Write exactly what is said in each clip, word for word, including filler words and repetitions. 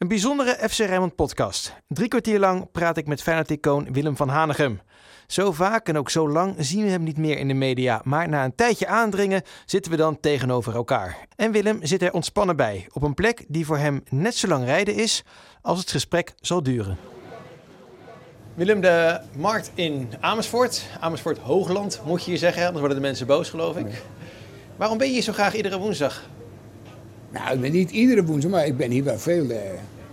Een bijzondere F C Rijnmond podcast. Drie kwartier lang praat ik met Feyenoord-icoon Willem van Hanegem. Zo vaak en ook zo lang zien we hem niet meer in de media, maar na een tijdje aandringen zitten we dan tegenover elkaar. En Willem zit er ontspannen bij, op een plek die voor hem net zo lang rijden is als het gesprek zal duren. Willem, de markt in Amersfoort, Amersfoort Hoogland moet je hier zeggen, anders worden de mensen boos geloof ik. Nee. Waarom ben je hier zo graag iedere woensdag? Nou, ik ben niet iedere woensdag, maar ik ben hier wel veel. Eh,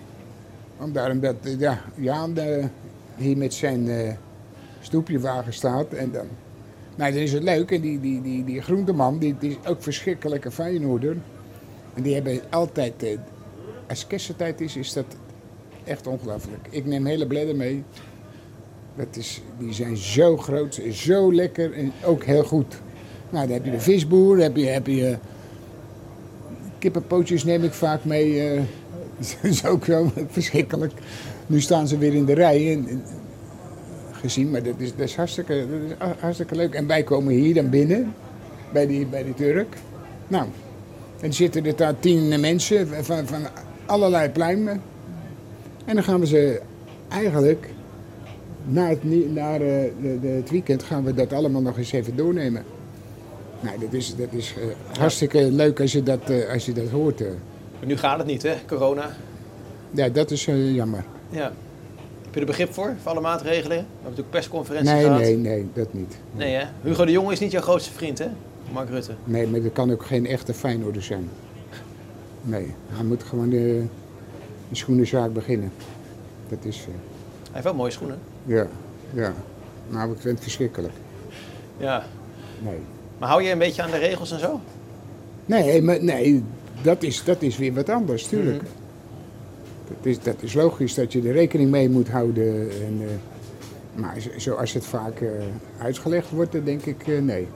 omdat ja, Jaan uh, hier met zijn uh, stoepjewagen staat. En dan, nou, dan is het leuk. En die, die, die, die groenteman, die, die is ook verschrikkelijke Feyenoorder. En die hebben altijd, uh, als kersttijd is, is dat echt ongelooflijk. Ik neem hele bladden mee. Dat is, die zijn zo groot, zo lekker en ook heel goed. Nou, dan heb je de visboer, heb je... Heb je kippenpootjes neem ik vaak mee. Uh, dat is ook zo verschrikkelijk. Nu staan ze weer in de rij. En, en, gezien, maar dat is, dat is, hartstikke, dat is hartstikke leuk. En wij komen hier dan binnen, bij die, bij die Turk. Nou, en zitten er daar tien mensen van, van allerlei pluimen. En dan gaan we ze eigenlijk, na het, na de, de, de, het weekend, gaan we dat allemaal nog eens even doornemen. Nou, dat is, dat is uh, hartstikke leuk als je dat, uh, als je dat hoort. Uh. Maar nu gaat het niet, hè? Corona. Ja, dat is uh, jammer. Ja. Heb je er begrip voor, voor alle maatregelen? We hebben natuurlijk persconferentie nee, gehad. Nee, nee, dat niet. Nee, hè? Hugo de Jonge is niet jouw grootste vriend, hè? Mark Rutte. Nee, maar dat kan ook geen echte Feyenoorder zijn. Nee, hij moet gewoon de, de schoenenzaak beginnen. Dat is... Uh... Hij heeft wel mooie schoenen. Ja, ja. Nou, ik vind het verschrikkelijk. Ja. Nee. Maar hou je een beetje aan de regels en zo? Nee, maar, nee dat, is, dat is weer wat anders, tuurlijk. Mm-hmm. dat, is, dat is logisch dat je er rekening mee moet houden. En, uh, maar zoals het vaak uh, uitgelegd wordt, dan denk ik uh, nee.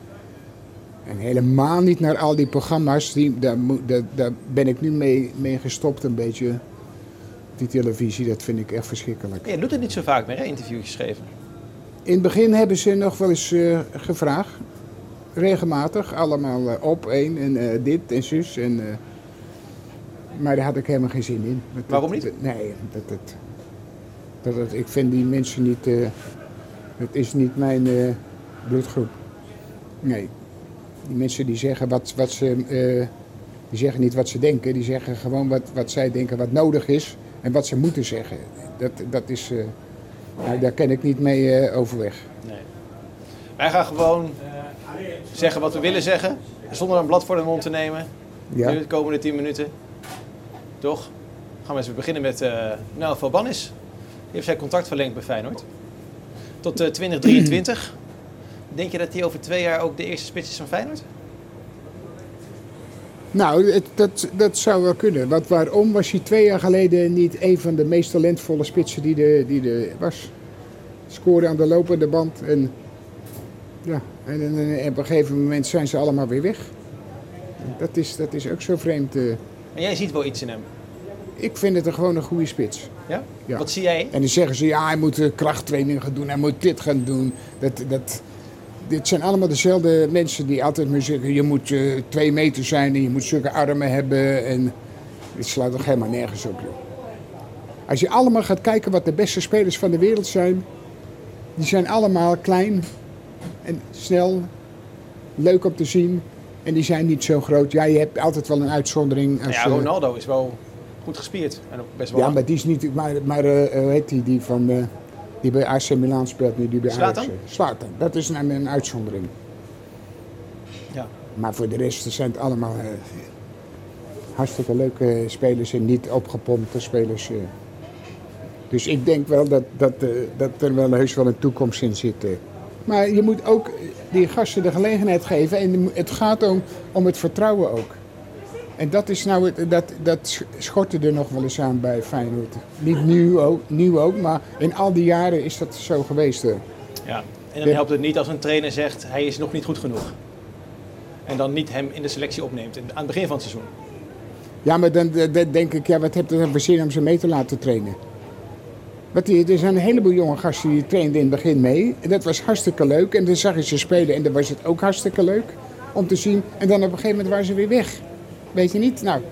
En helemaal niet naar al die programma's, die, daar, daar, daar ben ik nu mee, mee gestopt een beetje. Die televisie, dat vind ik echt verschrikkelijk. Ja, je doet het niet zo vaak meer, hè? Interviewjes geven. In het begin hebben ze nog wel eens uh, gevraagd. Regelmatig, allemaal uh, op één en uh, dit en zus. En, uh, maar daar had ik helemaal geen zin in. Dat, Waarom niet? Dat, nee, dat, dat, dat, dat, ik vind die mensen niet... Uh, het is niet mijn uh, bloedgroep. Nee. Die mensen die zeggen wat, wat ze... Uh, die zeggen niet wat ze denken. Die zeggen gewoon wat, wat zij denken wat nodig is. En wat ze moeten zeggen. Dat, dat is... Uh, nou, daar ken ik niet mee uh, overweg. Nee. Wij gaan gewoon... zeggen wat we willen zeggen, zonder een blad voor de mond te nemen. Ja. Nu de komende tien minuten. Toch? Gaan we eens beginnen met uh, Noël Valbanis. Die heeft zijn contract verlengd bij Feyenoord. Tot uh, twintig drieëntwintig. Denk je dat hij over twee jaar ook de eerste spits is van Feyenoord? Nou, het, dat, dat zou wel kunnen. Want waarom was hij twee jaar geleden niet een van de meest talentvolle spitsen die er die de was? Scoorde aan de lopende band en... Ja, en, en, en op een gegeven moment zijn ze allemaal weer weg. Dat is, dat is ook zo vreemd. Uh. En jij ziet wel iets in hem? Ik vind het er gewoon een goede spits. Ja? Ja? Wat zie jij? En dan zeggen ze, ja, hij moet uh, krachttraining gaan doen, hij moet dit gaan doen. Dat, dat, dit zijn allemaal dezelfde mensen die altijd maar zeggen, je moet uh, twee meter zijn en je moet zulke armen hebben. En dit slaat toch helemaal nergens op, joh. Als je allemaal gaat kijken wat de beste spelers van de wereld zijn, die zijn allemaal klein... En snel, leuk om te zien. En die zijn niet zo groot. Ja, je hebt altijd wel een uitzondering. Als, ja, Ronaldo uh, is wel goed gespierd. En ook best wel ja, lang. maar die is niet... Maar, maar uh, hoe heet die, die van... Uh, die bij A C Milan speelt nu, die bij Zlatan? Ajax. Zlatan. Dat is een, een uitzondering. Ja. Maar voor de rest zijn het allemaal uh, hartstikke leuke spelers en niet opgepompte spelers. Uh. Dus ik denk wel dat, dat, uh, dat er wel heus wel een toekomst in zit. Uh. Maar je moet ook die gasten de gelegenheid geven. En het gaat om, om het vertrouwen ook. En dat is nou het, dat, dat schortte er nog wel eens aan bij Feyenoord. Niet nu ook, nu ook, maar in al die jaren is dat zo geweest. Ja, en dan helpt het niet als een trainer zegt, hij is nog niet goed genoeg. En dan niet hem in de selectie opneemt aan het begin van het seizoen. Ja, maar dan, dan denk ik, ja, wat heb je dan voor zin om ze mee te laten trainen? Want die, er zijn een heleboel jonge gasten die trainden in het begin mee. En dat was hartstikke leuk. En dan zag je ze spelen en dan was het ook hartstikke leuk om te zien. En dan op een gegeven moment waren ze weer weg. Weet je niet? Nou,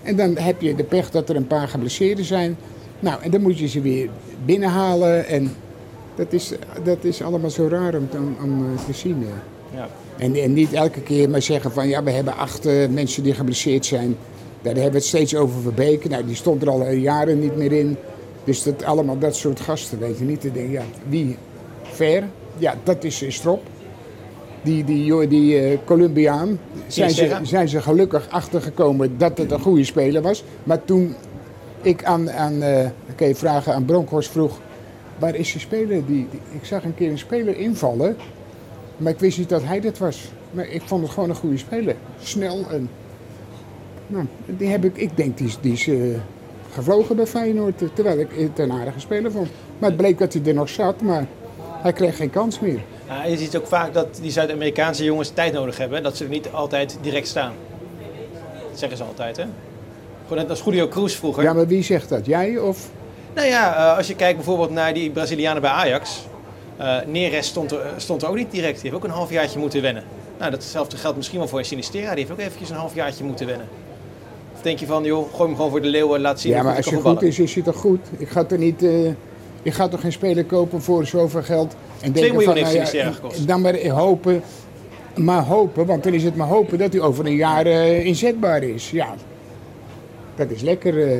En dan heb je de pech dat er een paar geblesseerden zijn. Nou, en dan moet je ze weer binnenhalen. En dat is, dat is allemaal zo raar om, om, om te zien. Ja. En, en niet elke keer maar zeggen van ja, we hebben acht uh, mensen die geblesseerd zijn. Daar hebben we het steeds over Verbeek. Nou, die stond er al jaren niet meer in. Dus dat allemaal dat soort gasten, weet je niet. Te denken, ja, wie? Ver? Ja, dat is uh, Strop. Die, die, die uh, Colombiaan. Zijn ze, zijn ze gelukkig achtergekomen dat het een goede speler was. Maar toen ik aan, aan uh, kan je vragen aan Bronkhorst vroeg, waar is die speler? Die, die, ik zag een keer een speler invallen. Maar ik wist niet dat hij dat was. Maar ik vond het gewoon een goede speler. Snel en... Nou, die heb ik... Ik denk, die, die is uh, gevlogen bij Feyenoord. Terwijl ik het een aardige speler vond. Maar het bleek dat hij er nog zat. Maar hij kreeg geen kans meer. Ja, je ziet ook vaak dat die Zuid-Amerikaanse jongens tijd nodig hebben. Dat ze er niet altijd direct staan. Dat zeggen ze altijd, hè? Gewoon net als Julio Cruz vroeger. Ja, maar wie zegt dat? Jij of... Nou ja, uh, als je kijkt bijvoorbeeld naar die Brazilianen bij Ajax... Uh, Neres stond er, stond er ook niet direct. Die heeft ook een halfjaartje moeten wennen. Nou, datzelfde geldt misschien wel voor Sinistera. Die heeft ook eventjes een halfjaartje moeten wennen. Of denk je van, joh, gooi hem gewoon voor de leeuwen, laat zien. Ja, maar als je goed is, is hij toch goed? Ik ga er niet... Uh, ik ga toch geen speler kopen voor zoveel geld. En twee miljoen heeft nou, Sinistera ja, gekost. Dan maar hopen... Maar hopen, want dan is het maar hopen dat hij over een jaar uh, inzetbaar is. Ja, dat is lekker. Uh.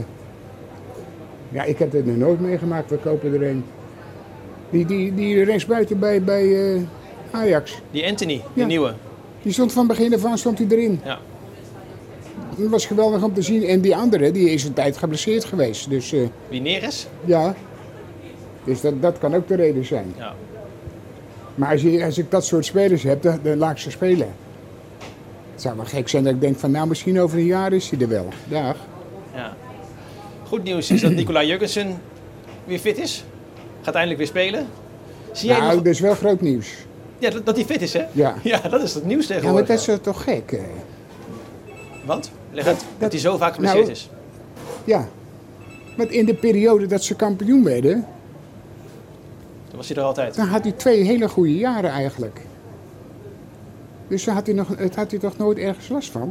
Ja, ik heb het nog nooit meegemaakt. We kopen er een... Die, die, die rechtsbuiten bij, bij uh, Ajax. Die Anthony, die ja. nieuwe. Die stond van begin af aan stond hij erin. Ja. Dat was geweldig om te zien. En die andere, die is een tijd geblesseerd geweest. Dus, uh, Wie Neres? Ja. Dus dat, dat kan ook de reden zijn. Ja. Maar als, je, als ik dat soort spelers heb, dan, dan laat ik ze spelen. Het zou wel gek zijn dat ik denk van nou misschien over een jaar is hij er wel. Dag. Ja. Goed nieuws is dat Nicolai Jurgensen weer fit is. Gaat eindelijk weer spelen. Zie jij nou, nog... dat is wel groot nieuws. Ja, dat, dat hij fit is, hè? Ja. Ja, dat is het nieuws Ja, maar tegenwoordig. dat is uh, toch gek? Uh. Want? Leg Dat- uit, dat, dat- hij zo vaak geblesseerd nou, is. Ja. Want in de periode dat ze kampioen werden, Dan was hij er altijd. dan had hij twee hele goede jaren eigenlijk. Dus daar had hij, nog, het had hij toch nooit ergens last van?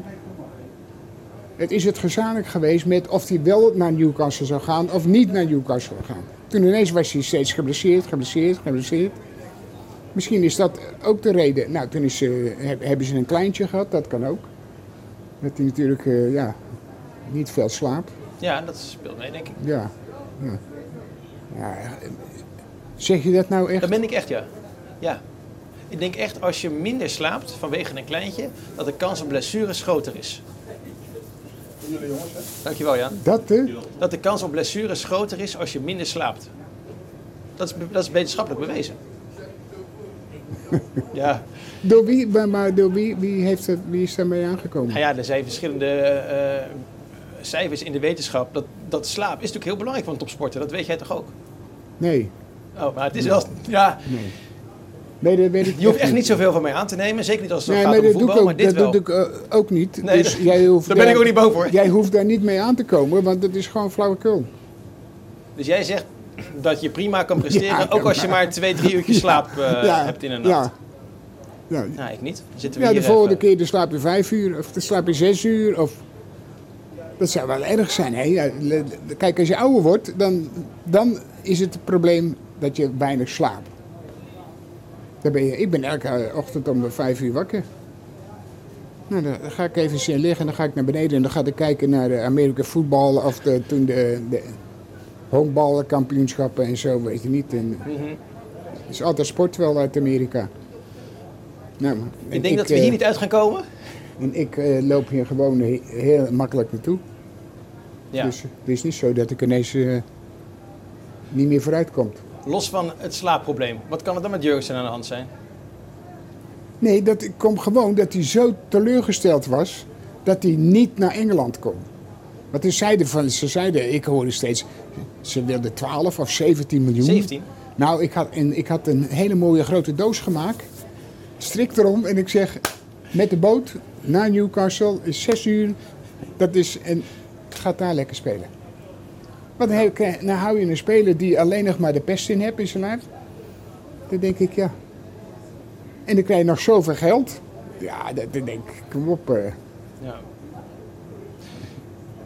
Het is het gezamenlijk geweest met of hij wel naar Newcastle zou gaan of niet naar Newcastle zou gaan. Toen ineens was hij steeds geblesseerd, geblesseerd, geblesseerd. Misschien is dat ook de reden. Nou, toen is, uh, hebben ze een kleintje gehad, dat kan ook. Dat hij natuurlijk uh, ja, niet veel slaapt. Ja, dat speelt mee, denk ik. Ja. ja. ja. Zeg je dat nou echt? Dat ben ik echt, ja. Ja. Ik denk echt, als je minder slaapt vanwege een kleintje, dat de kans op blessures groter is. Dankjewel, Jan. Dat, hè? Dat de kans op blessures groter is als je minder slaapt. Dat is, dat is wetenschappelijk bewezen. Ja. Door wie, maar, maar door wie, wie, heeft het, wie is daarmee aangekomen? Nou ja, er zijn verschillende uh, cijfers in de wetenschap. Dat, dat slaap is natuurlijk heel belangrijk voor een topsporter. Dat weet jij toch ook? Nee. Oh, maar het is wel... Ja, Nee. Nee, dat weet ik je hoeft echt niet zoveel van mij aan te nemen. Zeker niet als het Nee, gaat maar om dat doe voetbal, ik ook, maar dit dat wel. doe ik uh, ook niet. Nee, dus jij hoeft daar ben ik ook niet bang voor. Jij hoeft daar niet mee aan te komen, want het is gewoon flauwekul. Dus jij zegt dat je prima kan presteren, Ja, ook als je maar twee, drie uurtjes slaap uh, ja, hebt in een nacht. Ja. Ja. Nou, ik niet. Dan zitten we Ja, hier de volgende even. keer dan slaap je vijf uur, of dan slaap je zes uur. Of... Dat zou wel erg zijn. Hè? Ja, kijk, als je ouder wordt, dan, dan is het het probleem dat je weinig slaapt. Dan ben je, ik ben elke ochtend om de vijf uur wakker. Nou, dan ga ik even zin liggen en dan ga ik naar beneden en dan ga ik kijken naar de Amerika voetbal of de, toen de, de honkbalkampioenschappen en zo, weet je niet. En, Mm-hmm. het is altijd sport wel uit Amerika. Nou, Ik en denk dat we hier eh, niet uit gaan komen. En ik uh, loop hier gewoon he- heel makkelijk naartoe. Ja. Dus het is niet zo dat ik ineens uh, niet meer vooruit kom. Los van het slaapprobleem. Wat kan er dan met Jurgensen aan de hand zijn? Nee, dat komt gewoon dat hij zo teleurgesteld was dat hij niet naar Engeland kon. Want ze zeiden, van, ze zeiden, ik hoorde steeds, ze wilden twaalf of zeventien miljoen. zeventien? Nou, ik had, en ik had een hele mooie grote doos gemaakt. Strik erom en ik zeg, met de boot naar Newcastle is zes uur. Dat is, en gaat daar lekker spelen. Want dan, heb ik, dan hou je een speler die alleen nog maar de pest in hebt in zijn lijf. Dan denk ik, ja. En dan krijg je nog zoveel geld. Ja, dan denk ik, kom op. Uh. Ja.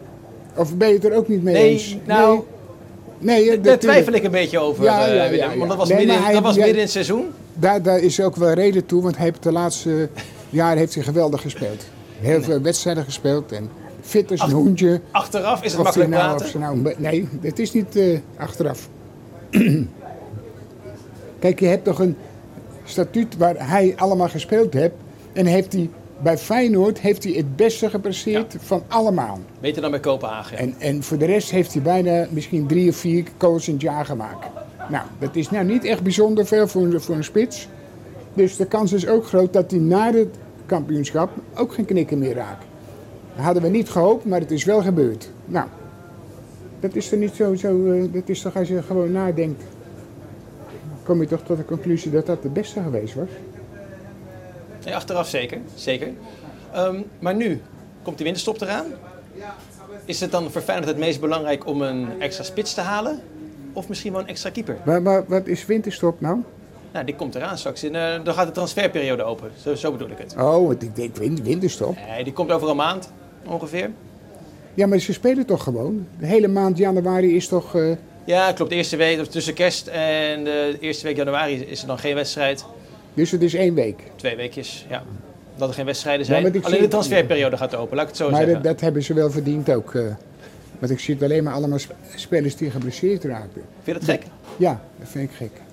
Of ben je het er ook niet mee Nee, eens? nou, nee, nee, daar twijfel ik een beetje over. Ja, ja, uh, ja, Willem, ja. Want dat was, Nee, midden, maar hij- dat was jij- midden in het seizoen. Daar, daar is ook wel reden toe, want hij heeft de laatste jaren heeft hij geweldig gespeeld. Heel veel wedstrijden gespeeld en fit als een Ach, hoentje. Achteraf is het Of hij makkelijk nou, praten. of ze nou, nee, het is niet uh, achteraf. Kijk, je hebt toch een statuut waar hij allemaal gespeeld heeft. En heeft hij, bij Feyenoord heeft hij het beste gepresteerd Ja. van allemaal. Beter dan bij Kopenhagen. Ja. En, en voor de rest heeft hij bijna misschien drie of vier goals in het jaar gemaakt. Nou, dat is nou niet echt bijzonder veel voor een, voor een spits. Dus de kans is ook groot dat hij na het kampioenschap ook geen knikken meer raakt. Dat hadden we niet gehoopt, maar het is wel gebeurd. Nou, dat is er niet zo, zo uh, dat is toch als je gewoon nadenkt, kom je toch tot de conclusie dat dat de beste geweest was. Nee, achteraf zeker. zeker. Um, maar nu komt die winterstop eraan. Is het dan voor Feyenoord het meest belangrijk om een extra spits te halen? Of misschien wel een extra keeper? Maar, maar wat is winterstop nou? Nou, die komt eraan straks. In, uh, dan gaat de transferperiode open. Zo, zo bedoel ik het. Oh, want ik denk win- winterstop. Nee, die komt over een maand ongeveer. Ja, maar ze spelen toch gewoon? De hele maand januari is toch... Uh... Ja, klopt. De eerste week, tussen kerst en de eerste week januari is er dan geen wedstrijd. Dus het is één week. Twee weekjes, ja. Dat er geen wedstrijden zijn. Ja, maar ik Alleen zie- de transferperiode gaat open, laat ik het zo Maar zeggen. dat, dat hebben ze wel verdiend ook. Uh, want ik zie het alleen maar allemaal sp- spelers die geblesseerd raakten. Vind je dat gek? Ja, dat vind ik gek.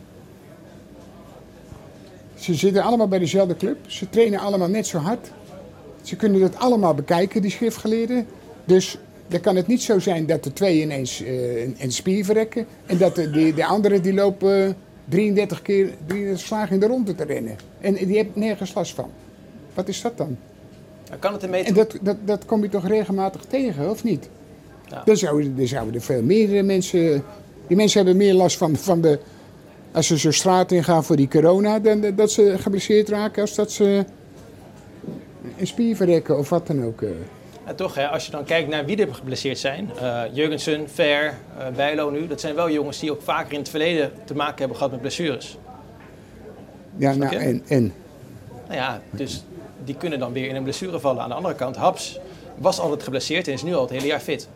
Ze zitten allemaal bij dezelfde club. Ze trainen allemaal net zo hard. Ze kunnen dat allemaal bekijken, die schriftgeleerden. Dus dan kan het niet zo zijn dat de twee ineens uh, een, een spier verrekken. En dat de, de, de anderen die lopen uh, drieëndertig keer drieëndertig slagen in de ronde te rennen. En die hebben nergens last van. Wat is dat dan? Dan kan het ermee En dat, dat, dat kom je toch regelmatig tegen, of niet? Ja. Dan zouden, dan zouden er veel meer mensen... Die mensen hebben meer last van, van de... Als ze zo straat in gaan voor die corona, dan dat ze geblesseerd raken als dat ze een spier verrekken of wat dan ook. Ja, toch, hè, als je dan kijkt naar wie er geblesseerd zijn. Uh, Jurgensen, Ver, uh, Bijlo nu. Dat zijn wel jongens die ook vaker in het verleden te maken hebben gehad met blessures. Ja, Snap nou je? en, en? Nou ja, dus die kunnen dan weer in een blessure vallen. Aan de andere kant, Haps was altijd geblesseerd en is nu al het hele jaar fit.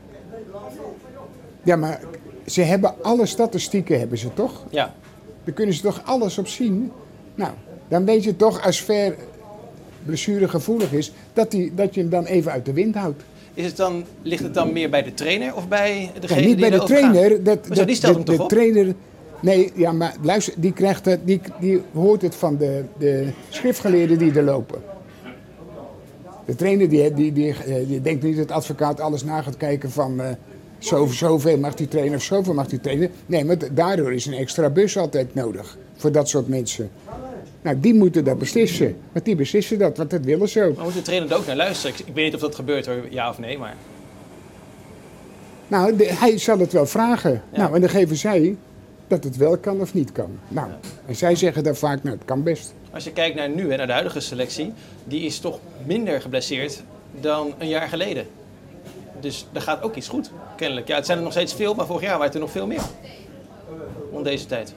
Ja, maar ze hebben alle statistieken, hebben ze toch? Ja. Daar kunnen ze toch alles op zien? Nou, dan weet je toch als Ver blessuregevoelig is, dat, die, dat je hem dan even uit de wind houdt. Is het dan, ligt het dan meer bij de trainer of bij degene Ja, niet die bij de erover gaat? trainer. Dat, Hoezo, dat, die stelt de, hem toch de op? trainer. Nee, ja, maar luister, die, krijgt het, die, die hoort het van de, de schriftgeleerden die er lopen. De trainer die, die, die, die denkt niet dat de advocaat alles na gaat kijken van uh, zo, zoveel mag die trainen of zoveel mag die trainen. Nee, maar daardoor is een extra bus altijd nodig voor dat soort mensen. Nou, die moeten dat beslissen. Want die beslissen dat, want dat willen ze ook. Maar moet de trainer er ook naar luisteren? Ik, ik weet niet of dat gebeurt hoor, ja of nee, maar... Nou, de, hij zal het wel vragen. Ja. Nou, en dan geven zij dat het wel kan of niet kan. Nou, Ja. en zij zeggen dan vaak, nou, het kan best. Als je kijkt naar nu, hè, naar de huidige selectie, die is toch minder geblesseerd dan een jaar geleden. Dus er gaat ook iets goed, kennelijk. Ja, het zijn er nog steeds veel, maar vorig jaar waren het er nog veel meer. Rond deze tijd.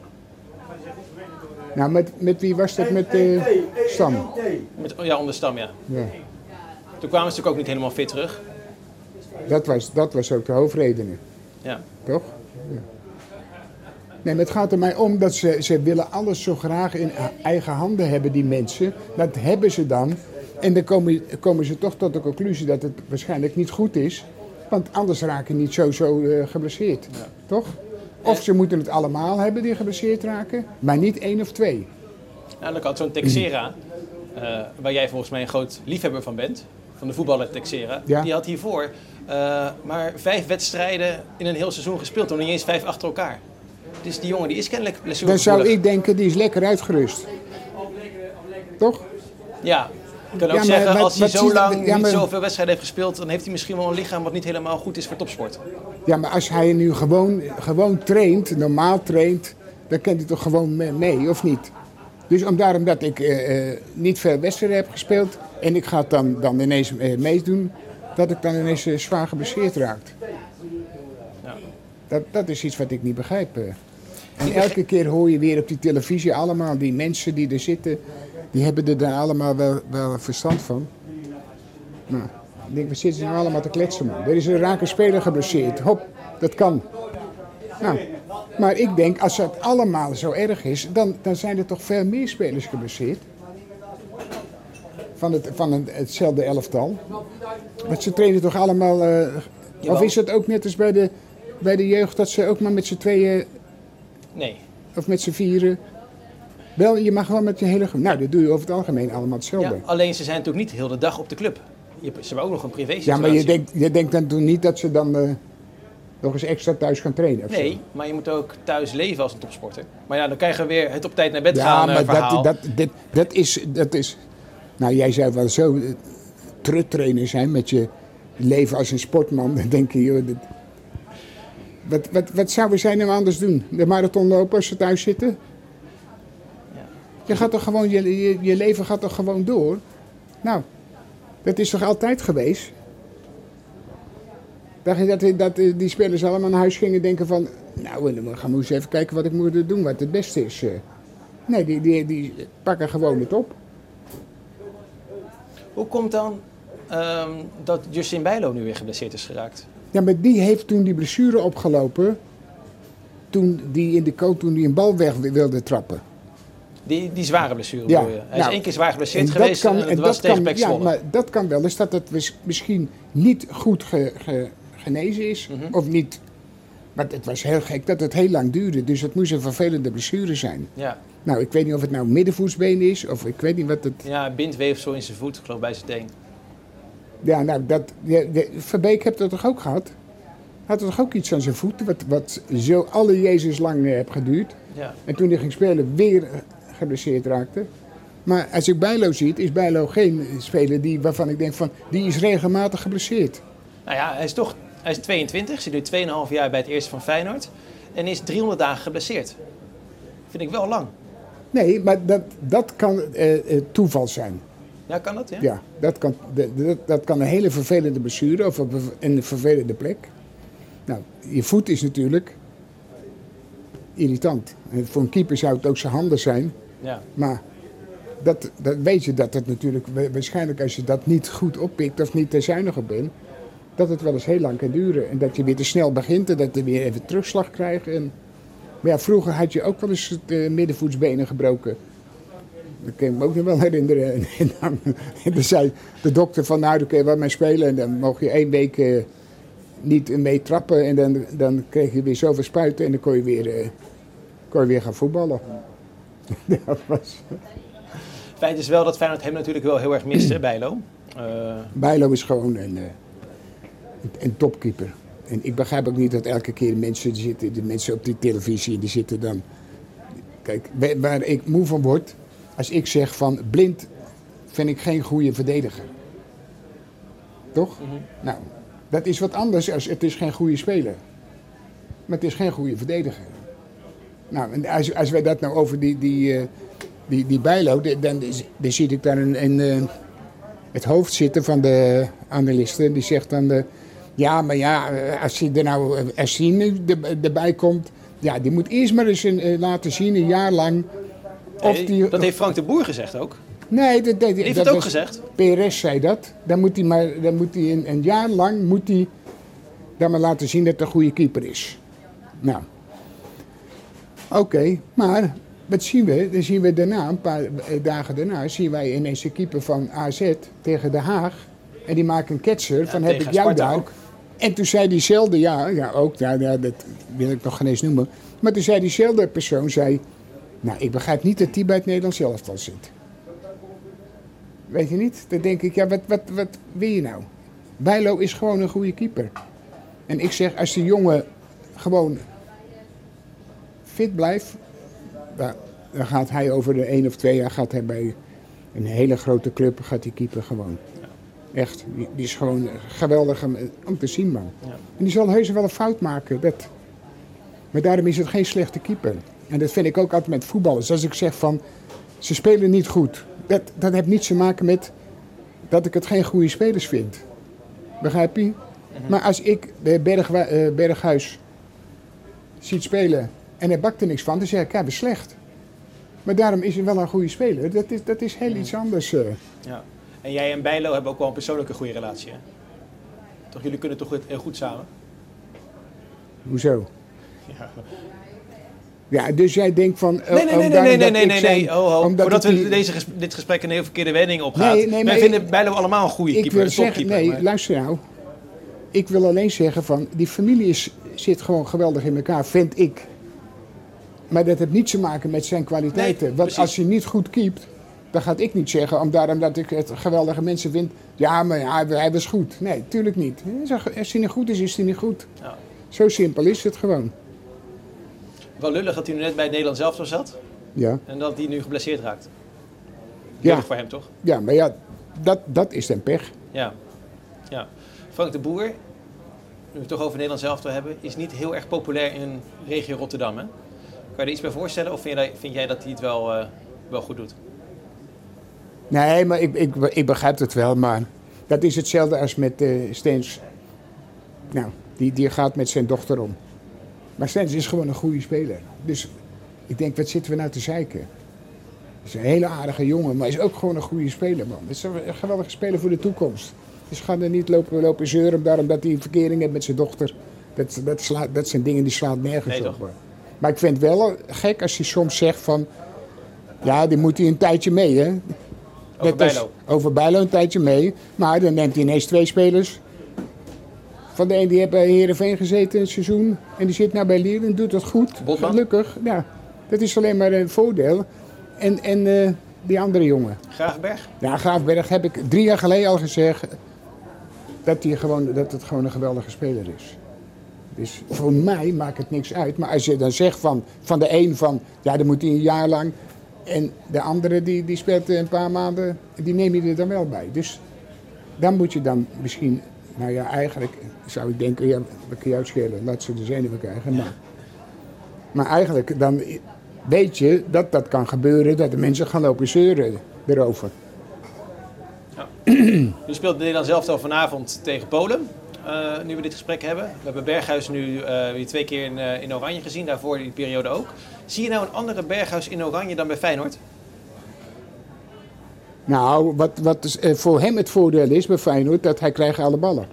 Nou, met, met wie was dat? Met uh, Stam? Met, ja, onder Stam, ja. Ja. Toen kwamen ze natuurlijk ook niet helemaal fit terug. Dat was, dat was ook de hoofdredenen, Ja. toch? Ja. Nee, maar het gaat er mij om dat ze, ze willen alles zo graag in eigen handen hebben, die mensen. Dat hebben ze dan. En dan komen, komen ze toch tot de conclusie dat het waarschijnlijk niet goed is. Want anders raken niet zo, zo uh, geblesseerd, Ja. toch? Of ze moeten het allemaal hebben die geblesseerd raken, maar niet één of twee. Nou, dan had zo'n Texera, uh, waar jij volgens mij een groot liefhebber van bent, van de voetballer Texera, Ja. die had hiervoor uh, maar vijf wedstrijden in een heel seizoen gespeeld, en nog niet eens vijf achter elkaar. Dus die jongen die is kennelijk Dan blessuregevoelig. zou ik denken, die is lekker uitgerust. Toch? Ja, ik kan ook Ja, maar zeggen, wat- als hij wat zo zie je- lang ja, niet maar- zoveel wedstrijden heeft gespeeld, dan heeft hij misschien wel een lichaam wat niet helemaal goed is voor topsport. Ja, maar als hij nu gewoon, gewoon traint, normaal traint, dan kent hij toch gewoon me- mee, of niet? Dus om, daarom dat ik uh, uh, niet veel wedstrijden heb gespeeld en ik ga het dan, dan ineens uh, meedoen, dat ik dan ineens uh, zwaar geblesseerd raakt. Ja. Dat, dat is iets wat ik niet begrijp. uh. En elke keer hoor je weer op die televisie allemaal die mensen die er zitten, die hebben er dan allemaal wel, wel verstand van. Nou. Ik denk, we zitten nou allemaal te kletsen, man. Er is een rake speler geblesseerd. Hop, dat kan. Nou, maar ik denk, als het allemaal zo erg is, dan, dan zijn er toch veel meer spelers geblesseerd. Van, het, van een, hetzelfde elftal. Want ze trainen toch allemaal... Uh, of is het ook net als bij de, bij de jeugd dat ze ook maar met z'n tweeën... Nee. Of met z'n vieren... Wel, je mag wel met je hele... Nou, dat doe je over het algemeen allemaal hetzelfde. Ja, alleen ze zijn natuurlijk niet heel de dag op de club. Je, ze hebben ook nog een privé situatie. Ja, maar je denkt, je denkt dan toch niet dat ze dan uh, nog eens extra thuis gaan trainen? Of nee, zo? maar je moet ook thuis leven als een topsporter. Maar ja, dan krijgen we weer het op tijd naar bed ja, gaan maar verhaal. dat, dat, dat, dat, is, dat is... Nou, jij zou wel zo uh, truttrainer zijn met je leven als een sportman. Dan denk je, joh... Dat, wat, wat, wat zouden zij nou anders doen? De marathon lopen als ze thuis zitten? Je, gaat toch gewoon, je, je, je leven gaat toch gewoon door? Nou, dat is toch altijd geweest? Dacht je dat, dat die spelers allemaal naar huis gingen denken van... Nou, dan gaan we eens even kijken wat ik moet doen, wat het beste is. Nee, die, die, die pakken gewoon het op. Hoe komt dan um, dat Justin Bijlo nu weer geblesseerd is geraakt? Ja, maar die heeft toen die blessure opgelopen... toen die in de coach toen die een bal weg wilde trappen. Die, die zware blessure ja, bedoel je? Hij nou, is één keer zwaar geblesseerd en geweest kan, en dat en was dat tegen kan, Pek ja, Zwolle. maar dat kan wel eens dat het misschien niet goed ge, ge, genezen is. Mm-hmm. Of niet. Maar het was heel gek dat het heel lang duurde. Dus het moest een vervelende blessure zijn. Ja. Nou, ik weet niet of het nou middenvoetsbeen is. Of ik weet niet wat het... Ja, bindweefsel in zijn voet, ik geloof bij zijn teen. Ja, nou, dat... De, de, Verbeek heeft dat toch ook gehad? Had er toch ook iets aan zijn voet. Wat, wat zo alle Jezus lang uh, heeft geduurd. Ja. En toen hij ging spelen weer... Uh, geblesseerd raakte. Maar als ik Bijlo ziet, is Bijlo geen speler die, waarvan ik denk van, die is regelmatig geblesseerd. Nou ja, hij is toch, hij is tweeëntwintig, zit nu twee komma vijf jaar bij het eerste van Feyenoord en is driehonderd dagen geblesseerd. Vind ik wel lang. Nee, maar dat, dat kan uh, uh, toeval zijn. Ja, kan dat? Ja, ja dat, kan, dat, dat kan een hele vervelende blessure of op een vervelende plek. Nou, je voet is natuurlijk irritant. En voor een keeper zou het ook zijn handen zijn. Ja. Maar dat, dat weet je dat het natuurlijk, waarschijnlijk als je dat niet goed oppikt of niet te zuinig op bent, dat het wel eens heel lang kan duren. En dat je weer te snel begint en dat je weer even terugslag krijgt. En, maar ja, vroeger had je ook wel eens het uh, middenvoetsbenen gebroken. Dat kan ik me ook nog wel herinneren. En dan, en dan zei de dokter van, nou, dan kun je wel mee spelen. En dan mocht je één week uh, niet mee trappen. En dan, dan kreeg je weer zoveel spuiten en dan kon je weer, uh, kon je weer gaan voetballen. Dat was... Feit is wel dat Feyenoord hem natuurlijk wel heel erg miste, Bijlo. Uh... Bijlo is gewoon een, een, een topkeeper. En ik begrijp ook niet dat elke keer mensen zitten, de mensen op die televisie, die zitten dan... Kijk, waar ik moe van word, als ik zeg van Blind vind ik geen goede verdediger. Toch? Mm-hmm. Nou, dat is wat anders als het is geen goede speler. Maar het is geen goede verdediger. Nou, en als, als wij dat nou over die, die, uh, die, die Bijlo, dan, dan, dan zie ik daar een, een, uh, het hoofd zitten van de analisten. Die zegt dan, uh, ja, maar ja, als hij er nou als hij nu erbij komt, ja, die moet eerst maar eens een, uh, laten zien, een jaar lang. Of hey, die, dat heeft Frank de Boer gezegd ook. Nee, dat, dat, heeft dat het ook was, gezegd. P R S zei dat. Dan moet hij maar, dan moet hij een, een jaar lang moet hij dan maar laten zien dat het een goede keeper is. Nou. Oké, okay, maar wat zien we? Dan zien we daarna, een paar dagen daarna, zien wij ineens de keeper van A Z tegen Den Haag. En die maakt een ketser ja, van heb ik jou daar. Ook. En toen zei diezelfde, ja, ja ook, ja, ja, dat wil ik nog geen eens noemen. Maar toen zei diezelfde persoon, zei, nou ik begrijp niet dat die bij het Nederlands elftal zit. Weet je niet? Dan denk ik, ja, wat, wat, wat wil je nou? Bijlo is gewoon een goede keeper. En ik zeg, als die jongen gewoon fit blijft, dan gaat hij over de één of twee jaar gaat hij bij een hele grote club gaat die keeper gewoon. Echt, die, die is gewoon geweldig om te zien, man. Ja. En die zal heus wel een fout maken. Dat. Maar daarom is het geen slechte keeper. En dat vind ik ook altijd met voetballers. Als ik zeg van, ze spelen niet goed. Dat, dat heeft niets te maken met dat ik het geen goede spelers vind. Begrijp je? Mm-hmm. Maar als ik de Berg, uh, Berghuis ziet spelen en hij bakt er niks van, dan zeg ik, ja, we slecht. Maar daarom is hij wel een goede speler. Dat is, dat is heel mm-hmm. iets anders. Uh. Ja. En jij en Bijlo hebben ook wel een persoonlijke goede relatie, hè? Toch, jullie kunnen toch heel goed samen? Hoezo? Ja. Ja, dus jij denkt van... Nee, nee, nee, nee, nee, nee, nee, nee. Oh, oh. Voordat we die... deze ges- dit gesprek een heel verkeerde wending opgaat. Nee, nee, Wij vinden Bijlo allemaal een goede keeper, wil een zeggen, topkeeper. nee, maar... luister nou. Ik wil alleen zeggen van, die familie is, zit gewoon geweldig in elkaar, vind ik. Maar dat heeft niets te maken met zijn kwaliteiten. Nee, Want precies. als hij niet goed keept, dan ga ik niet zeggen, om daarom dat ik het geweldige mensen vind. Ja, maar ja, hij was goed. Nee, tuurlijk niet. Als hij niet goed is, is hij niet goed. Ja. Zo simpel is het gewoon. Wel lullig dat hij nu net bij het Nederlands elftal zat. Ja. En dat hij nu geblesseerd raakt. Ja. Lullig voor hem, toch? Ja, maar ja, dat, dat is dan pech. Ja. ja. Frank de Boer, nu we het toch over Nederlands elftal hebben, is niet heel erg populair in regio Rotterdam, hè? Kan je er iets bij voorstellen of vind jij, vind jij dat hij het wel, uh, wel goed doet? Nee, maar ik, ik, ik begrijp het wel, maar dat is hetzelfde als met uh, Steens. Nou, die, die gaat met zijn dochter om. Maar Steens is gewoon een goede speler. Dus ik denk, wat zitten we nou te zeiken? Het is een hele aardige jongen, maar is ook gewoon een goede speler, man. Het is een geweldige speler voor de toekomst. Dus ga er niet lopen, lopen zeuren daarom dat hij een verkering heeft met zijn dochter. Dat, dat, slaat, dat zijn dingen die slaat nergens nee, op. Hoor. Maar ik vind het wel gek als hij soms zegt van... Ja, die moet hij een tijdje mee, hè. Over Bijlo. Over Bijlo een tijdje mee. Maar dan neemt hij ineens twee spelers. Van de een die heeft bij Heerenveen gezeten een seizoen. En die zit nou bij Lille en doet dat goed. Botman. Gelukkig. Ja, dat is alleen maar een voordeel. En, en uh, die andere jongen. Graafberg? Ja, Graafberg heb ik drie jaar geleden al gezegd... Dat, die gewoon, dat het gewoon een geweldige speler is. Dus voor mij maakt het niks uit. Maar als je dan zegt van, van de een van... Ja, dan moet hij een jaar lang... En de andere die, die speelt een paar maanden, die neem je er dan wel bij. Dus dan moet je dan misschien, nou ja, eigenlijk zou ik denken, ja, dat kun je uitschelen, laat ze de zenuwen krijgen. Maar, maar eigenlijk dan weet je dat dat kan gebeuren, dat de mensen gaan lopen zeuren erover. Ja. U speelt het Nederlands elftal vanavond tegen Polen, uh, nu we dit gesprek hebben. We hebben Berghuis nu uh, weer twee keer in, uh, in oranje gezien, daarvoor die periode ook. Zie je nou een andere Berghuis in oranje dan bij Feyenoord? Nou, wat, wat voor hem het voordeel is bij Feyenoord, dat hij krijgt alle ballen.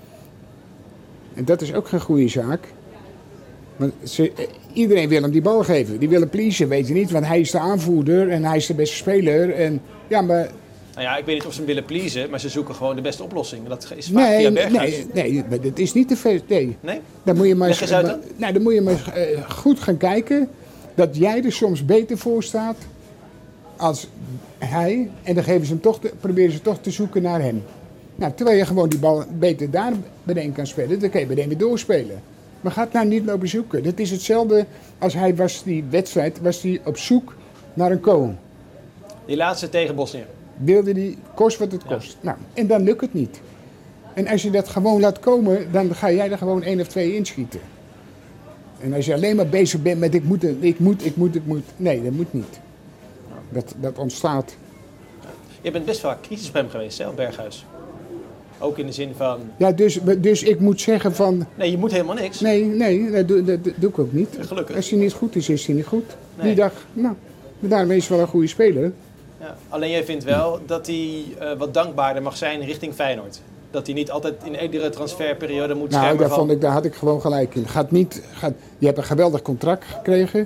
En dat is ook geen goede zaak. Want ze, iedereen wil hem die bal geven. Die willen pleasen, weet je niet. Want hij is de aanvoerder en hij is de beste speler. En, ja, maar... Nou ja, ik weet niet of ze hem willen pleasen, maar ze zoeken gewoon de beste oplossing. Dat is vaak nee, via Berghuis. Nee, nee, maar dat is niet te veel. Nee. Nee? Dan moet je maar, Leg eens uit dan. Nou, dan moet je maar uh, goed gaan kijken dat jij er soms beter voor staat als hij. En dan geven ze hem toch te, proberen ze toch te zoeken naar hem. Nou, terwijl je gewoon die bal beter daar beneden kan spelen, dan kan je beneden weer doorspelen. Maar ga het nou niet lopen zoeken. Dat is hetzelfde als hij was die wedstrijd, was hij op zoek naar een kool. Die laatste tegen Bosnië. Wilde die, kost wat het kost. Ja. Nou, en dan lukt het niet. En als je dat gewoon laat komen, dan ga jij er gewoon één of twee inschieten. En als je alleen maar bezig bent met ik moet, ik moet, ik moet, ik moet. Nee, dat moet niet. Dat, dat ontstaat. Je bent best wel kritisch op hem geweest, hè, op Berghuis. Ook in de zin van... Ja, dus, dus ik moet zeggen van... Nee, je moet helemaal niks. Nee, nee, dat doe, dat doe ik ook niet. Gelukkig. Als hij niet goed is, is hij niet goed. Nee. Die dag, nou, daarmee is hij wel een goede speler. Ja, alleen jij vindt wel dat hij uh, wat dankbaarder mag zijn richting Feyenoord. Dat hij niet altijd in iedere transferperiode moet nou, schermen daar, van... vond ik, daar had ik gewoon gelijk in. Gaat niet, gaat, je hebt een geweldig contract gekregen.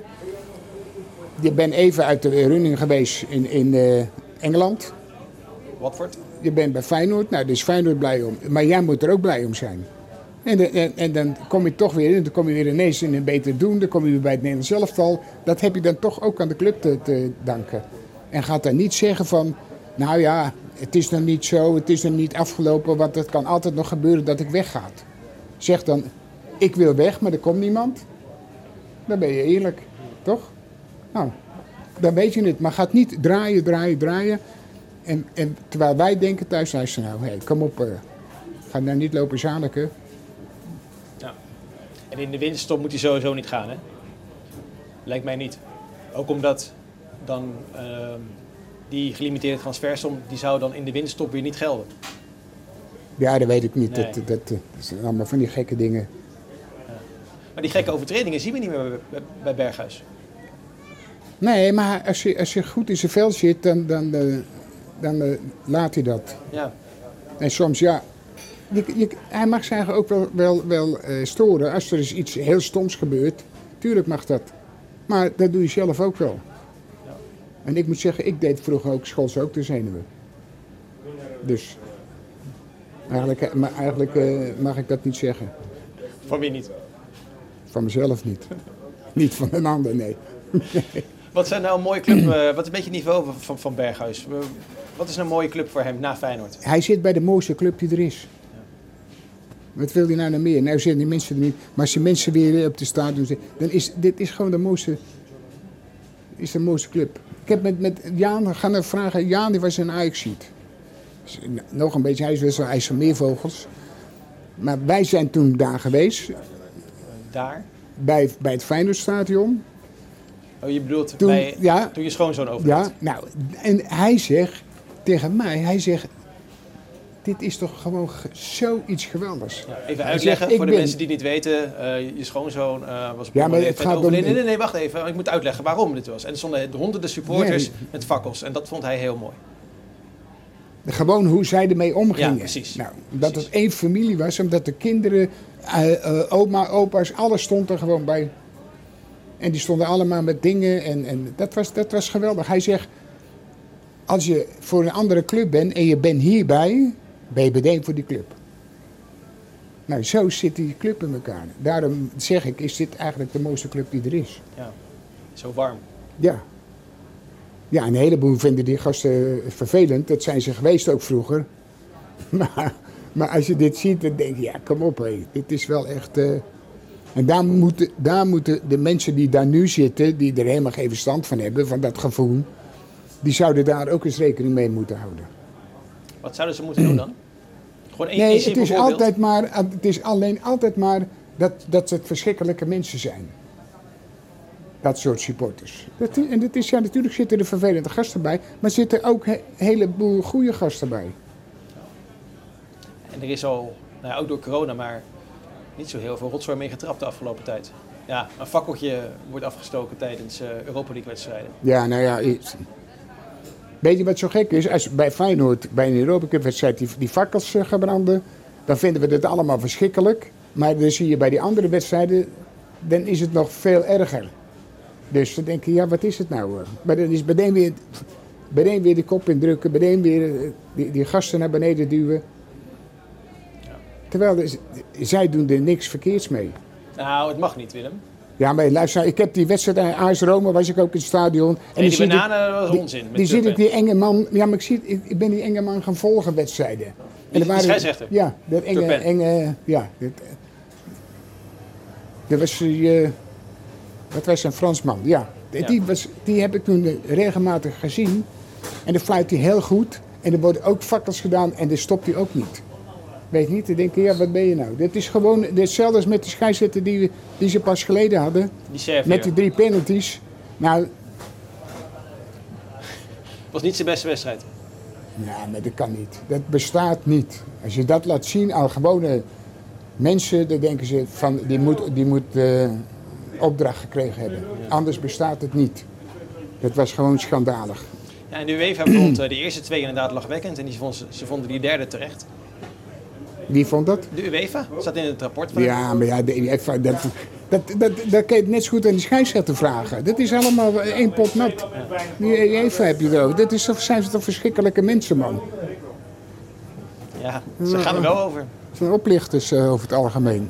Je bent even uit de running geweest in, in uh, Engeland. Watford? Je bent bij Feyenoord, nou, daar is Feyenoord blij om. Maar jij moet er ook blij om zijn. En, de, en, en dan kom je toch weer in, dan kom je weer ineens in een beter doen. Dan kom je weer bij het Nederlands elftal. Dat heb je dan toch ook aan de club te, te danken. En gaat dan niet zeggen van, nou ja, het is nog niet zo, het is nog niet afgelopen, want het kan altijd nog gebeuren dat ik wegga. Zeg dan, ik wil weg, maar er komt niemand. Dan ben je eerlijk, toch? Nou, dan weet je het. Maar gaat niet draaien, draaien, draaien. En, en terwijl wij denken thuis, luister nou, hey, kom op, uh, ga nou niet lopen zaniken. Ja. En in de winterstop moet hij sowieso niet gaan, hè? Lijkt mij niet. Ook omdat dan uh, die gelimiteerde transfersom, die zou dan in de winterstop weer niet gelden. Ja, dat weet ik niet. Nee. Dat, dat, dat, dat zijn allemaal van die gekke dingen. Ja. Maar die gekke overtredingen zien we niet meer bij, bij Berghuis. Nee, maar als je, als je goed in zijn vel zit, dan, dan, uh, dan uh, laat hij dat. Ja. En soms, ja, je, je, hij mag zich ook wel, wel, wel uh, storen als er is iets heel stoms gebeurt. Tuurlijk mag dat. Maar dat doe je zelf ook wel. Ja. En ik moet zeggen, ik deed vroeger ook schools ook de zenuwen. Dus eigenlijk, maar eigenlijk uh, mag ik dat niet zeggen. Van wie niet? Van mezelf niet. Niet van een ander, nee. Wat zijn nou een mooie club, uh, wat is een beetje het niveau van, van Berghuis? Uh, wat is nou een mooie club voor hem na Feyenoord? Hij zit bij de mooiste club die er is. Ja. Wat wil hij nou nog meer? Nou zitten die mensen er niet. Maar als die mensen weer op de stadion zitten, dan is dit is gewoon de mooiste, is de mooiste club. Ik heb met, met Jaan gaan vragen. Jaan die was een Ajaxiet. Dus, nog een beetje, hij is wel zo'n IJsselmeervogels. Maar wij zijn toen daar geweest. Daar? Bij, bij het Feyenoordstadion. Oh, je bedoelt toen, bij, ja, toen je schoonzoon overleed? Ja, nou, en hij zegt tegen mij, hij zegt, dit is toch gewoon ge- zoiets geweldigs. Ja, even uitleggen zegt, voor de ben... mensen die niet weten, uh, je schoonzoon uh, was op ja, maar het gaat overleden. Om... Nee, nee, nee, wacht even, ik moet uitleggen waarom dit was. En er stonden honderden supporters nee. met fakkels en dat vond hij heel mooi. Gewoon hoe zij ermee omgingen. Ja, precies. Nou, dat precies. het één familie was, omdat de kinderen, uh, uh, oma, opa's, alles stond er gewoon bij. En die stonden allemaal met dingen en, en dat, was, dat was geweldig. Hij zegt, als je voor een andere club bent en je bent hierbij, ben je meteen voor die club. Nou, zo zit die club in elkaar. Daarom zeg ik, is dit eigenlijk de mooiste club die er is. Ja, zo warm. Ja. Ja, een heleboel vinden die gasten vervelend. Dat zijn ze geweest ook vroeger. Maar, maar als je dit ziet, dan denk je, ja, kom op, hé. Dit is wel echt... Uh... En daar moeten, daar moeten de mensen die daar nu zitten, die er helemaal geen verstand van hebben, van dat gevoel, die zouden daar ook eens rekening mee moeten houden. Wat zouden ze moeten doen dan? Gewoon één, nee, één het is, voorbeeld? altijd maar, het is alleen altijd maar dat, dat het verschrikkelijke mensen zijn. Dat soort supporters. Dat, en dat is, ja, natuurlijk zitten er vervelende gasten bij, maar er zitten ook een heleboel goede gasten bij. En er is al, nou ja, ook door corona, maar niet zo heel veel rotzooi mee getrapt de afgelopen tijd. Ja, een fakkeltje wordt afgestoken tijdens uh, Europa League wedstrijden. Ja, nou ja, weet je wat zo gek is? Als bij Feyenoord bij een Europa Cup wedstrijd die, die fakkels uh, gaan branden, dan vinden we dit allemaal verschrikkelijk. Maar dan zie je bij die andere wedstrijden, dan is het nog veel erger. Dus dan denk je, ja, wat is het nou? Maar dan is meteen weer, meteen weer de kop indrukken, meteen weer die, die gasten naar beneden duwen. Ja. Terwijl de, zij doen er niks verkeerds mee. Nou, het mag niet, Willem. Ja, maar luister, ik heb die wedstrijd aan A S Roma, was ik ook in het stadion. En nee, die bananen, ik, dat was die, onzin. Die zie ik die enge man, ja, maar ik, zie, ik, ik ben die enge man gaan volgen wedstrijden. Die, en waren, die scheidsrechter? Ja, dat enge, enge, ja. Dat, dat was, uh, dat was een Fransman, ja. ja. Die, was, die heb ik toen regelmatig gezien. En dan fluit hij heel goed. En er worden ook fakkels gedaan en dan stopt hij ook niet. Weet je niet, dan denk je, ja, wat ben je nou? Dit is gewoon hetzelfde als met de scheidsrechter die, die ze pas geleden hadden. Die Servië. Met die drie penalties. Nou... Het was niet zijn beste wedstrijd. Ja, maar dat kan niet. Dat bestaat niet. Als je dat laat zien aan gewone mensen, dan denken ze van, die moet, die moet uh, opdracht gekregen hebben. Anders bestaat het niet. Dat was gewoon schandalig. Ja, en de UEFA vond uh, de eerste twee inderdaad lachwekkend en die vond, ze vonden die derde terecht. Wie vond dat? De UEFA, staat in het rapport van. Ja, maar ja, de UEFA, dat, dat, dat, dat kan je net zo goed aan die scheidsrechter vragen. Dat is allemaal één pot nat. Die UEFA heb je erover. Dat is toch, zijn ze toch verschrikkelijke mensen, man. Ja, ze gaan er wel over. Het zijn oplichters uh, over het algemeen.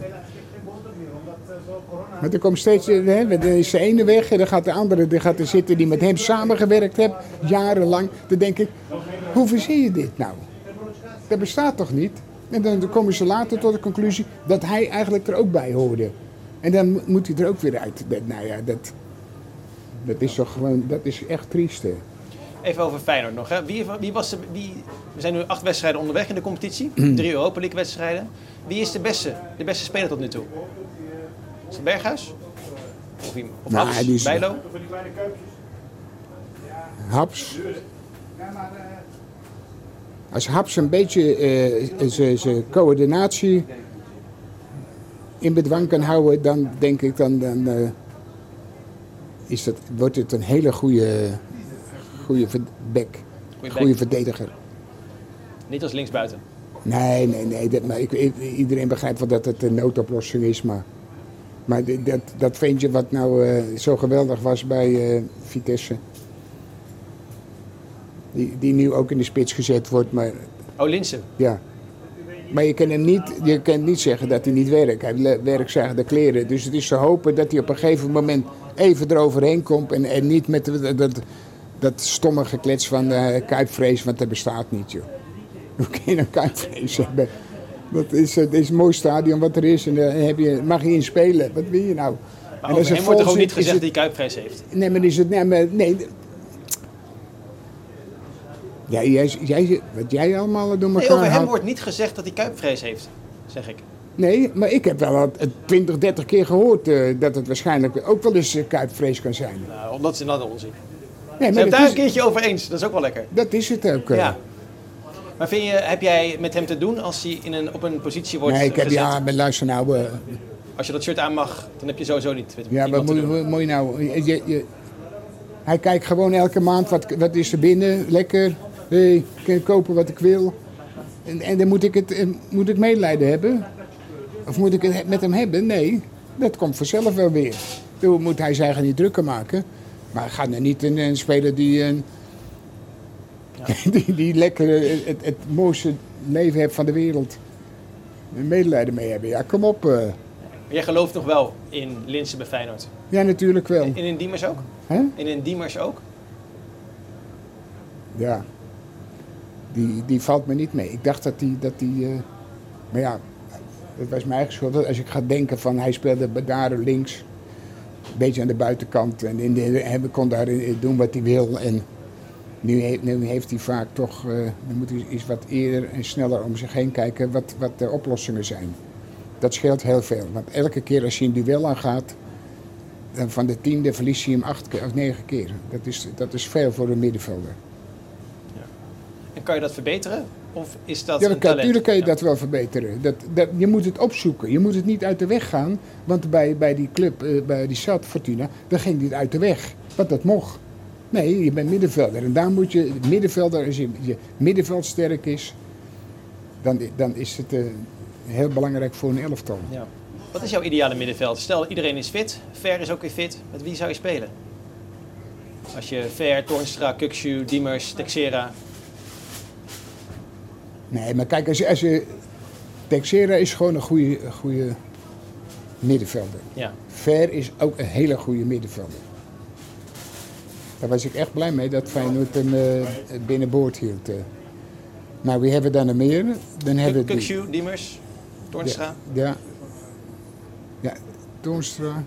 Maar er komt steeds, hè, dan is de ene weg en dan gaat de andere die gaat er zitten die met hem samengewerkt heeft, jarenlang. Dan denk ik, hoe verzie je dit nou? Dat bestaat toch niet? En dan komen ze later tot de conclusie dat hij eigenlijk er ook bij hoorde. En dan moet hij er ook weer uit. Dat, nou ja, dat, dat is toch gewoon, dat is echt triest. Hè. Even over Feyenoord nog. Hè. Wie, wie was de, wie, we zijn nu acht wedstrijden onderweg in de competitie. Drie Europa League wedstrijden. Wie is de beste, de beste speler tot nu toe? Is het Berghuis? Of, wie, of nou, Haps? Is, Bijlo? Haps. Als Haps een beetje uh, zijn coördinatie in bedwang kan houden, dan denk ik dan, dan uh, is dat, wordt het een hele goede, goede back, goede verdediger. Niet als linksbuiten? Nee, nee, nee. Dat, maar ik, ik, iedereen begrijpt wel dat het een noodoplossing is. Maar, maar dat, dat ventje wat nou uh, zo geweldig was bij uh, Vitesse. Die, die nu ook in de spits gezet wordt. Maar, oh, Linssen. Ja. Maar je kan hem niet, je kan niet zeggen dat hij niet werkt. Hij werkt zagen de kleren. Dus het is te hopen dat hij op een gegeven moment even eroverheen komt. En, en niet met dat, dat, dat stomme geklets van uh, kuipvrees, want dat bestaat niet, joh. Hoe kun je een kuipvrees hebben? Dat is, dat is een mooi stadion wat er is. En daar heb je, mag je in spelen. Wat wil je nou? Maar over hem wordt toch ook niet gezegd dat hij kuipvrees heeft? Nee, maar is het... Nee, maar, nee. Ja, jij, jij, wat jij allemaal door elkaar nee, over hem houdt. wordt niet gezegd dat hij kuipvrees heeft, zeg ik. Nee, maar ik heb wel twintig, dertig keer gehoord uh, dat het waarschijnlijk ook wel eens uh, kuipvrees kan zijn. Nou, dat is inderdaad onzin. Nee, Ze zijn het daar is... een keertje over eens, dat is ook wel lekker. Dat is het ook. Uh. Ja. Maar vind je, heb jij met hem te doen als hij in een, op een positie wordt nee, ik heb, gezet? ja, maar luister nou... Uh, als je dat shirt aan mag, dan heb je sowieso niet met ja, maar moet, moet je nou... Je, je, hij kijkt gewoon elke maand, wat, wat is er binnen, lekker... Hey, ik kan kopen wat ik wil. En, en dan moet ik, het, moet ik medelijden hebben. Of moet ik het met hem hebben? Nee, dat komt vanzelf wel weer. Toen moet hij zich niet drukker maken. Maar ga nou niet een, een speler die, een, ja. die, die lekker het, het mooiste leven heeft van de wereld. Een medelijden mee hebben. Ja, kom op. Uh. Jij gelooft nog wel in Linssen bij Feyenoord? Ja, natuurlijk wel. In een Diemers ook? Huh? In een Diemers ook? Ja. Die, die valt me niet mee. Ik dacht dat die... Dat die uh, maar ja, dat was mijn eigen schuld. Als ik ga denken van hij speelde daar links. Een beetje aan de buitenkant. En in de, hij kon daar doen wat hij wil. En nu, he, nu heeft hij vaak toch... Uh, dan moet hij eens wat eerder en sneller om zich heen kijken wat, wat de oplossingen zijn. Dat scheelt heel veel. Want elke keer als hij een duel aangaat... Dan van de tiende verliest hij hem acht keer of negen keer. Dat is, dat is veel voor een middenvelder. En kan je dat verbeteren? Of is dat ja, een talent? Natuurlijk kan je ja. dat wel verbeteren. Dat, dat, je moet het opzoeken. Je moet het niet uit de weg gaan. Want bij, bij die club, uh, bij die stad Fortuna, daar ging dit uit de weg. Want dat mocht. Nee, je bent middenvelder. En daar moet je, middenvelder, als je, je middenveld sterk is, dan, dan is het uh, heel belangrijk voor een elftal. Ja. Wat is jouw ideale middenveld? Stel, iedereen is fit. Ver is ook weer fit. Met wie zou je spelen? Als je Ver, Toornstra, Kukçu, Diemers, Texera... Nee, maar kijk, als je, als je Texera is gewoon een goede, goede middenvelder. Ja. Ver is ook een hele goede middenvelder. Daar was ik echt blij mee dat Feyenoord hem uh, binnenboord hield. Uh. Nou, wie hebben we dan nog meer? Dan hebben we Kukçu, Diemers, Toornstra. Ja, ja, ja Toornstra.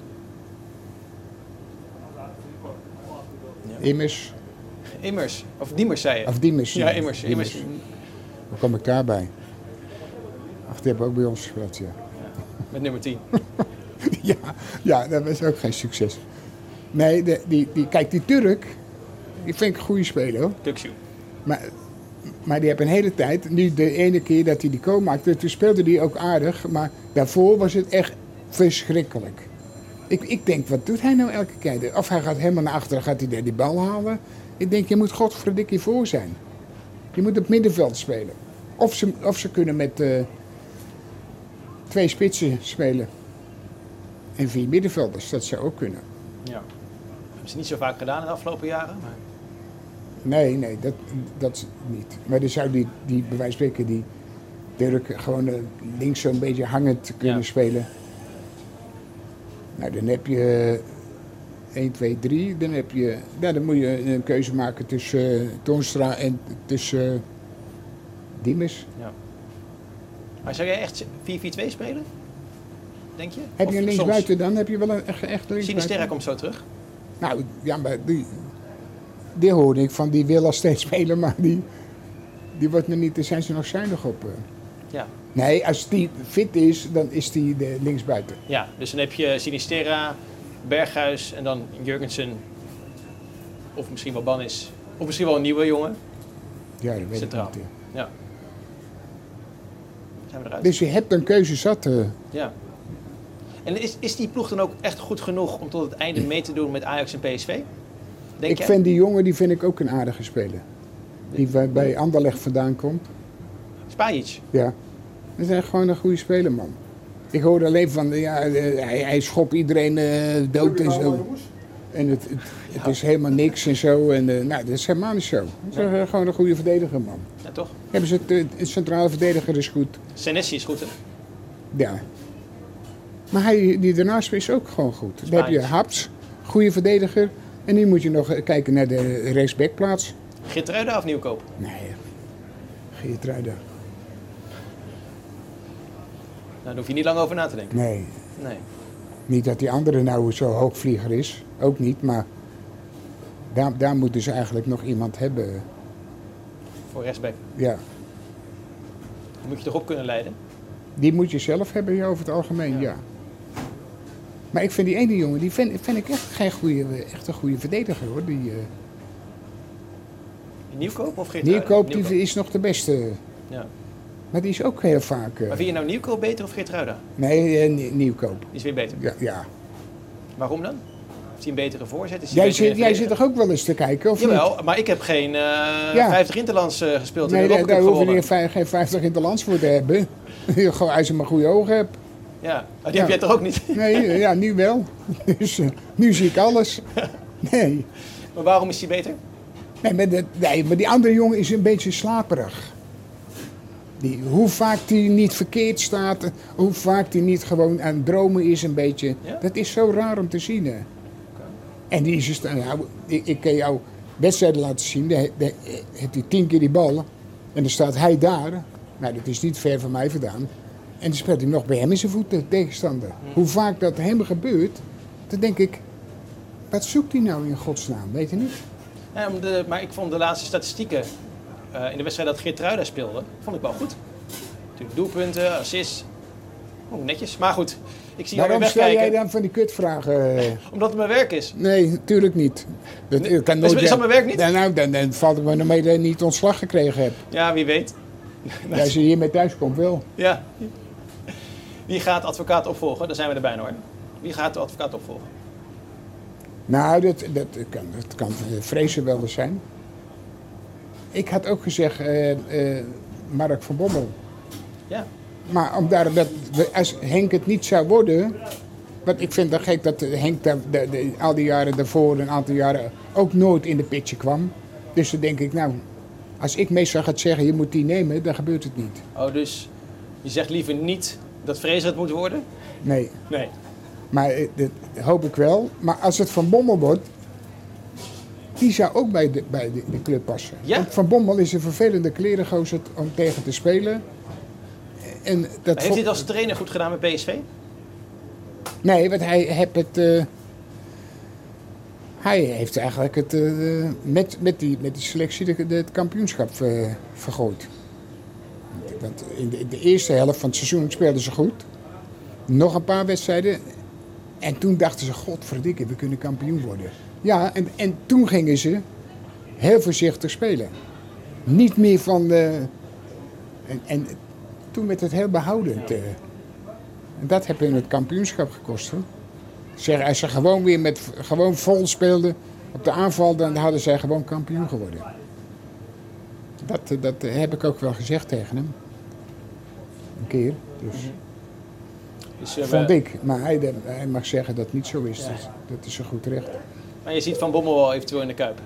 Ja. Immers. Immers, of Diemers zei je? Of Diemers. Ja, Immers. Immers. Immers. Hoe kom ik daarbij? Ach, die hebben ook bij ons gespeeld, ja. ja met nummer tien. ja, ja, dat was ook geen succes. Nee, de, die, die, kijk, die Turk, die vind ik een goede speler, hoor. Kukçu. Maar, maar die heeft een hele tijd, nu de ene keer dat hij die kool maakte, toen speelde hij ook aardig. Maar daarvoor was het echt verschrikkelijk. Ik, ik denk, wat doet hij nou elke keer? Of hij gaat helemaal naar achteren, gaat hij daar die bal halen. Ik denk, je moet godverdikkie voor zijn. Je moet op middenveld spelen. Of ze, of ze kunnen met uh, twee spitsen spelen. En vier middenvelders, dat zou ook kunnen. Ja. Dat is niet zo vaak gedaan in de afgelopen jaren. Maar... Nee, nee, dat, dat niet. Maar dan zou die, die bij wijze van spreken, die Dirk gewoon uh, links zo'n beetje hangend kunnen ja. spelen. Nou, dan heb je één, twee, drie. Dan heb je, nou, dan moet je een keuze maken tussen uh, Toornstra en tussen uh, Diemers. Ja. Maar zou jij echt vier vier twee spelen? Denk je? Heb of je een linksbuiten dan? Heb je wel een echt, echt linksbuiten? Sinisterra komt zo terug. Nou, ja, maar die, die hoorde ik van, die wil al steeds spelen, maar die, die wordt nog niet, daar zijn ze nog zuinig op. Uh. Ja. Nee, als die fit is, dan is die de linksbuiten. Ja, dus dan heb je Sinisterra, Berghuis en dan Jurgensen. Of misschien wel Bannis. Of misschien wel een nieuwe jongen. Ja, dat weet Centraal. ik niet. Ja. Ja. Zijn we eruit. Dus je hebt een keuze zat. Uh. Ja. En is, is die ploeg dan ook echt goed genoeg om tot het einde mee te doen met Ajax en P S V? Denk ik vind die jongen, die vind ik ook een aardige speler. Die bij, bij Anderlecht vandaan komt. Spajic. Ja. Dat is echt gewoon een goede speler, man. Ik hoorde alleen van, ja, hij, hij schopt iedereen uh, dood en zo. En het, het, het is helemaal niks en zo. En, uh, nou, dat is helemaal niet zo. Het is nee. gewoon een goede verdediger, man. Ja, toch? Hebben ze het, het centrale verdediger is goed. Senesi is goed, hè? Ja. Maar hij, die daarnaast is ook gewoon goed. Dan heb je Haps, goede verdediger. En nu moet je nog kijken naar de rechtsbackplaats. Geertruida of Nieuwkoop? Nee, Geertruida. Nou, daar hoef je niet lang over na te denken. Nee. Nee. Niet dat die andere nou zo hoogvlieger is. Ook niet, maar daar, daar moeten ze eigenlijk nog iemand hebben. Voor rechtsback? Ja. Die moet je toch op kunnen leiden? Die moet je zelf hebben hier over het algemeen, ja. ja. Maar ik vind die ene jongen, die vind, vind ik echt geen goede, echt een goede verdediger, hoor. Die, uh... Nieuwkoop of Geertruida? Nieuwkoop, Nieuwkoop, die is nog de beste. Ja. Maar die is ook heel vaak... Uh... Maar vind je nou Nieuwkoop beter of Geertruida? Nee, uh, Nieuwkoop. Die is weer beter? Ja, ja. Waarom dan? Is hij een betere voorzet? Is jij zit, jij zit toch ook wel eens te kijken, of Jawel, niet? maar ik heb geen uh, ja. vijftig interlands uh, gespeeld nee, in de Europa Cup gewonnen. Nee, daar hoef je geen vijftig interlands voor te hebben. Gewoon als je maar goede ogen hebt. Ja, maar die ja. heb jij toch ook niet? Nee, ja, nu wel. Dus uh, nu zie ik alles. Nee. Maar waarom is hij beter? Nee, maar, de, nee, maar die andere jongen is een beetje slaperig. Die, hoe vaak die niet verkeerd staat, hoe vaak die niet gewoon aan het dromen is een beetje. Ja? Dat is zo raar om te zien. Hè. Okay. En die is dus, nou, ik, ik kan jou wedstrijden laten zien, dan heeft hij tien keer die bal en dan staat hij daar. Nou, dat is niet ver van mij vandaan. En dan speelt hij nog bij hem in zijn voeten, tegenstander. Hmm. Hoe vaak dat hem gebeurt, dan denk ik, wat zoekt hij nou in godsnaam, weet je niet? Ja, de, maar ik vond de laatste statistieken uh, in de wedstrijd dat Geertruida speelde, vond ik wel goed. Natuurlijk doelpunten, assists, oh, netjes. Maar goed, ik zie jou weer wegkijken. Waarom stel jij dan van die kutvragen? Omdat het mijn werk is. Nee, natuurlijk niet. Dat, nee, kan nooit, is, is dat mijn werk niet? Nou, nou dan, dan valt het me nog mee dat je niet ontslag gekregen hebt. Ja, wie weet. Ja, als je hiermee thuis komt, wel. Ja. Wie gaat advocaat opvolgen? Daar zijn we er bijna hoor. Wie gaat de advocaat opvolgen? Nou, dat, dat, kan, dat kan vrezen wel eens zijn. Ik had ook gezegd, uh, uh, Mark van Bommel. Ja. Maar omdat dat, als Henk het niet zou worden... Want ik vind het gek dat Henk de, de, de, al die jaren daarvoor, een aantal jaren, ook nooit in de pitje kwam. Dus dan denk ik, nou, als ik meestal ga zeggen, je moet die nemen, dan gebeurt het niet. Oh, dus je zegt liever niet dat Fraser het moet worden? Nee. Nee. Maar dat hoop ik wel. Maar als het Van Bommel wordt, die zou ook bij de, bij de, de club passen. Ja? Want Van Bommel is een vervelende klerengozer om tegen te spelen. En dat heeft hij het als trainer goed gedaan met P S V? Nee, want hij heeft het... Uh, hij heeft eigenlijk het, uh, met, met, die, met die selectie de, de, het kampioenschap uh, vergooid. Want in de, in de eerste helft van het seizoen speelden ze goed. Nog een paar wedstrijden. En toen dachten ze, godverdikke, we kunnen kampioen worden. Ja, en, en toen gingen ze heel voorzichtig spelen. Niet meer van... Uh, en, en toen werd het heel behoudend. Uh. En dat heeft hun het kampioenschap gekost. Hoor. Zeg, als ze gewoon weer met, gewoon vol speelden op de aanval, dan hadden zij gewoon kampioen geworden. Dat, dat heb ik ook wel gezegd tegen hem. Een keer. Dus. Dus, uh, Vond ik. Maar hij, hij mag zeggen dat het niet zo is. Ja. Dus, dat is zo goed recht. Maar je ziet Van Bommel wel eventueel in de Kuip?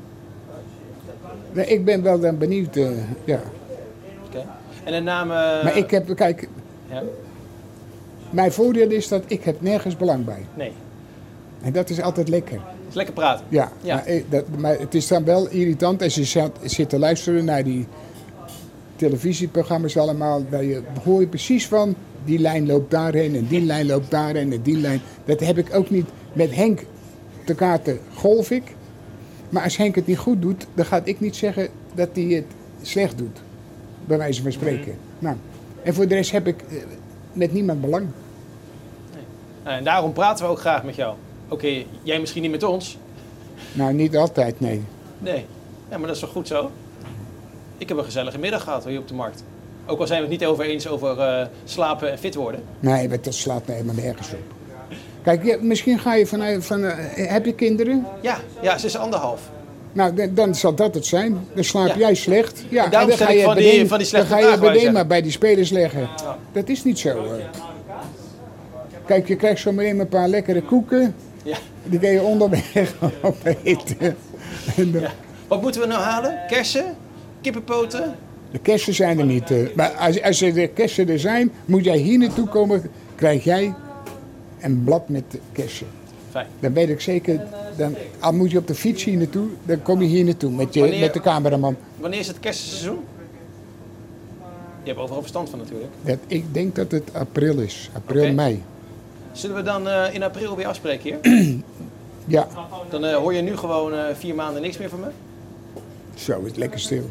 Nee, ik ben wel dan benieuwd. Uh, ja. Oké. Okay. En de naam... Uh... Maar ik heb, kijk... Ja. Mijn voordeel is dat ik heb nergens belang bij. Nee. En dat is altijd lekker. Het is lekker praten. Ja, ja. Maar, dat, maar het is dan wel irritant als je zat, zit te luisteren naar die televisieprogramma's allemaal. Daar je, hoor je precies van, die lijn loopt daarheen en die lijn loopt daarheen en die lijn. Dat heb ik ook niet met Henk te kaarten, golf ik. Maar als Henk het niet goed doet, dan ga ik niet zeggen dat hij het slecht doet. Bij wijze van spreken. Nou, en voor de rest heb ik... met niemand belang. Nee. En daarom praten we ook graag met jou. Oké, okay, jij misschien niet met ons. Nou, niet altijd, nee. Nee, ja, maar dat is toch goed zo? Ik heb een gezellige middag gehad hier op de markt. Ook al zijn we het niet over eens over uh, slapen en fit worden. Nee, dat slaat me helemaal nergens op. Kijk, ja, misschien ga je vanuit... Van, uh, heb je kinderen? Ja, ja, ze is anderhalf. Nou, dan, dan zal dat het zijn. Dan slaap Ja. jij slecht. Ja, En daarom dan stel ga ik je van die- beneden- van die slechte dan ga je vragen, wou je beneden zeggen. maar bij die spelers leggen. Dat is niet zo. eh. Kijk, je krijgt zo meteen een paar lekkere koeken. Ja. Die kun je onderweg opeten. En de, Ja. Wat moeten we nou halen? Kersen? Kippenpoten? de kersen zijn er niet. eh. Maar als, als er de kersen er zijn, moet jij hier naartoe komen. Krijg jij een blad met kersen. Fijn. Dan weet ik zeker, dan, al moet je op de fiets hier naartoe, dan kom je hier naartoe met, je, Wanneer- met de cameraman. Wanneer is het kerstseizoen? Je hebt overal verstand van natuurlijk. Dat, ik denk dat het april is, april, Oké. mei. Zullen we dan eh, in april weer afspreken hier? Ja, Dan eh, hoor je nu gewoon eh, vier maanden niks meer van me. zo is het lekker stil.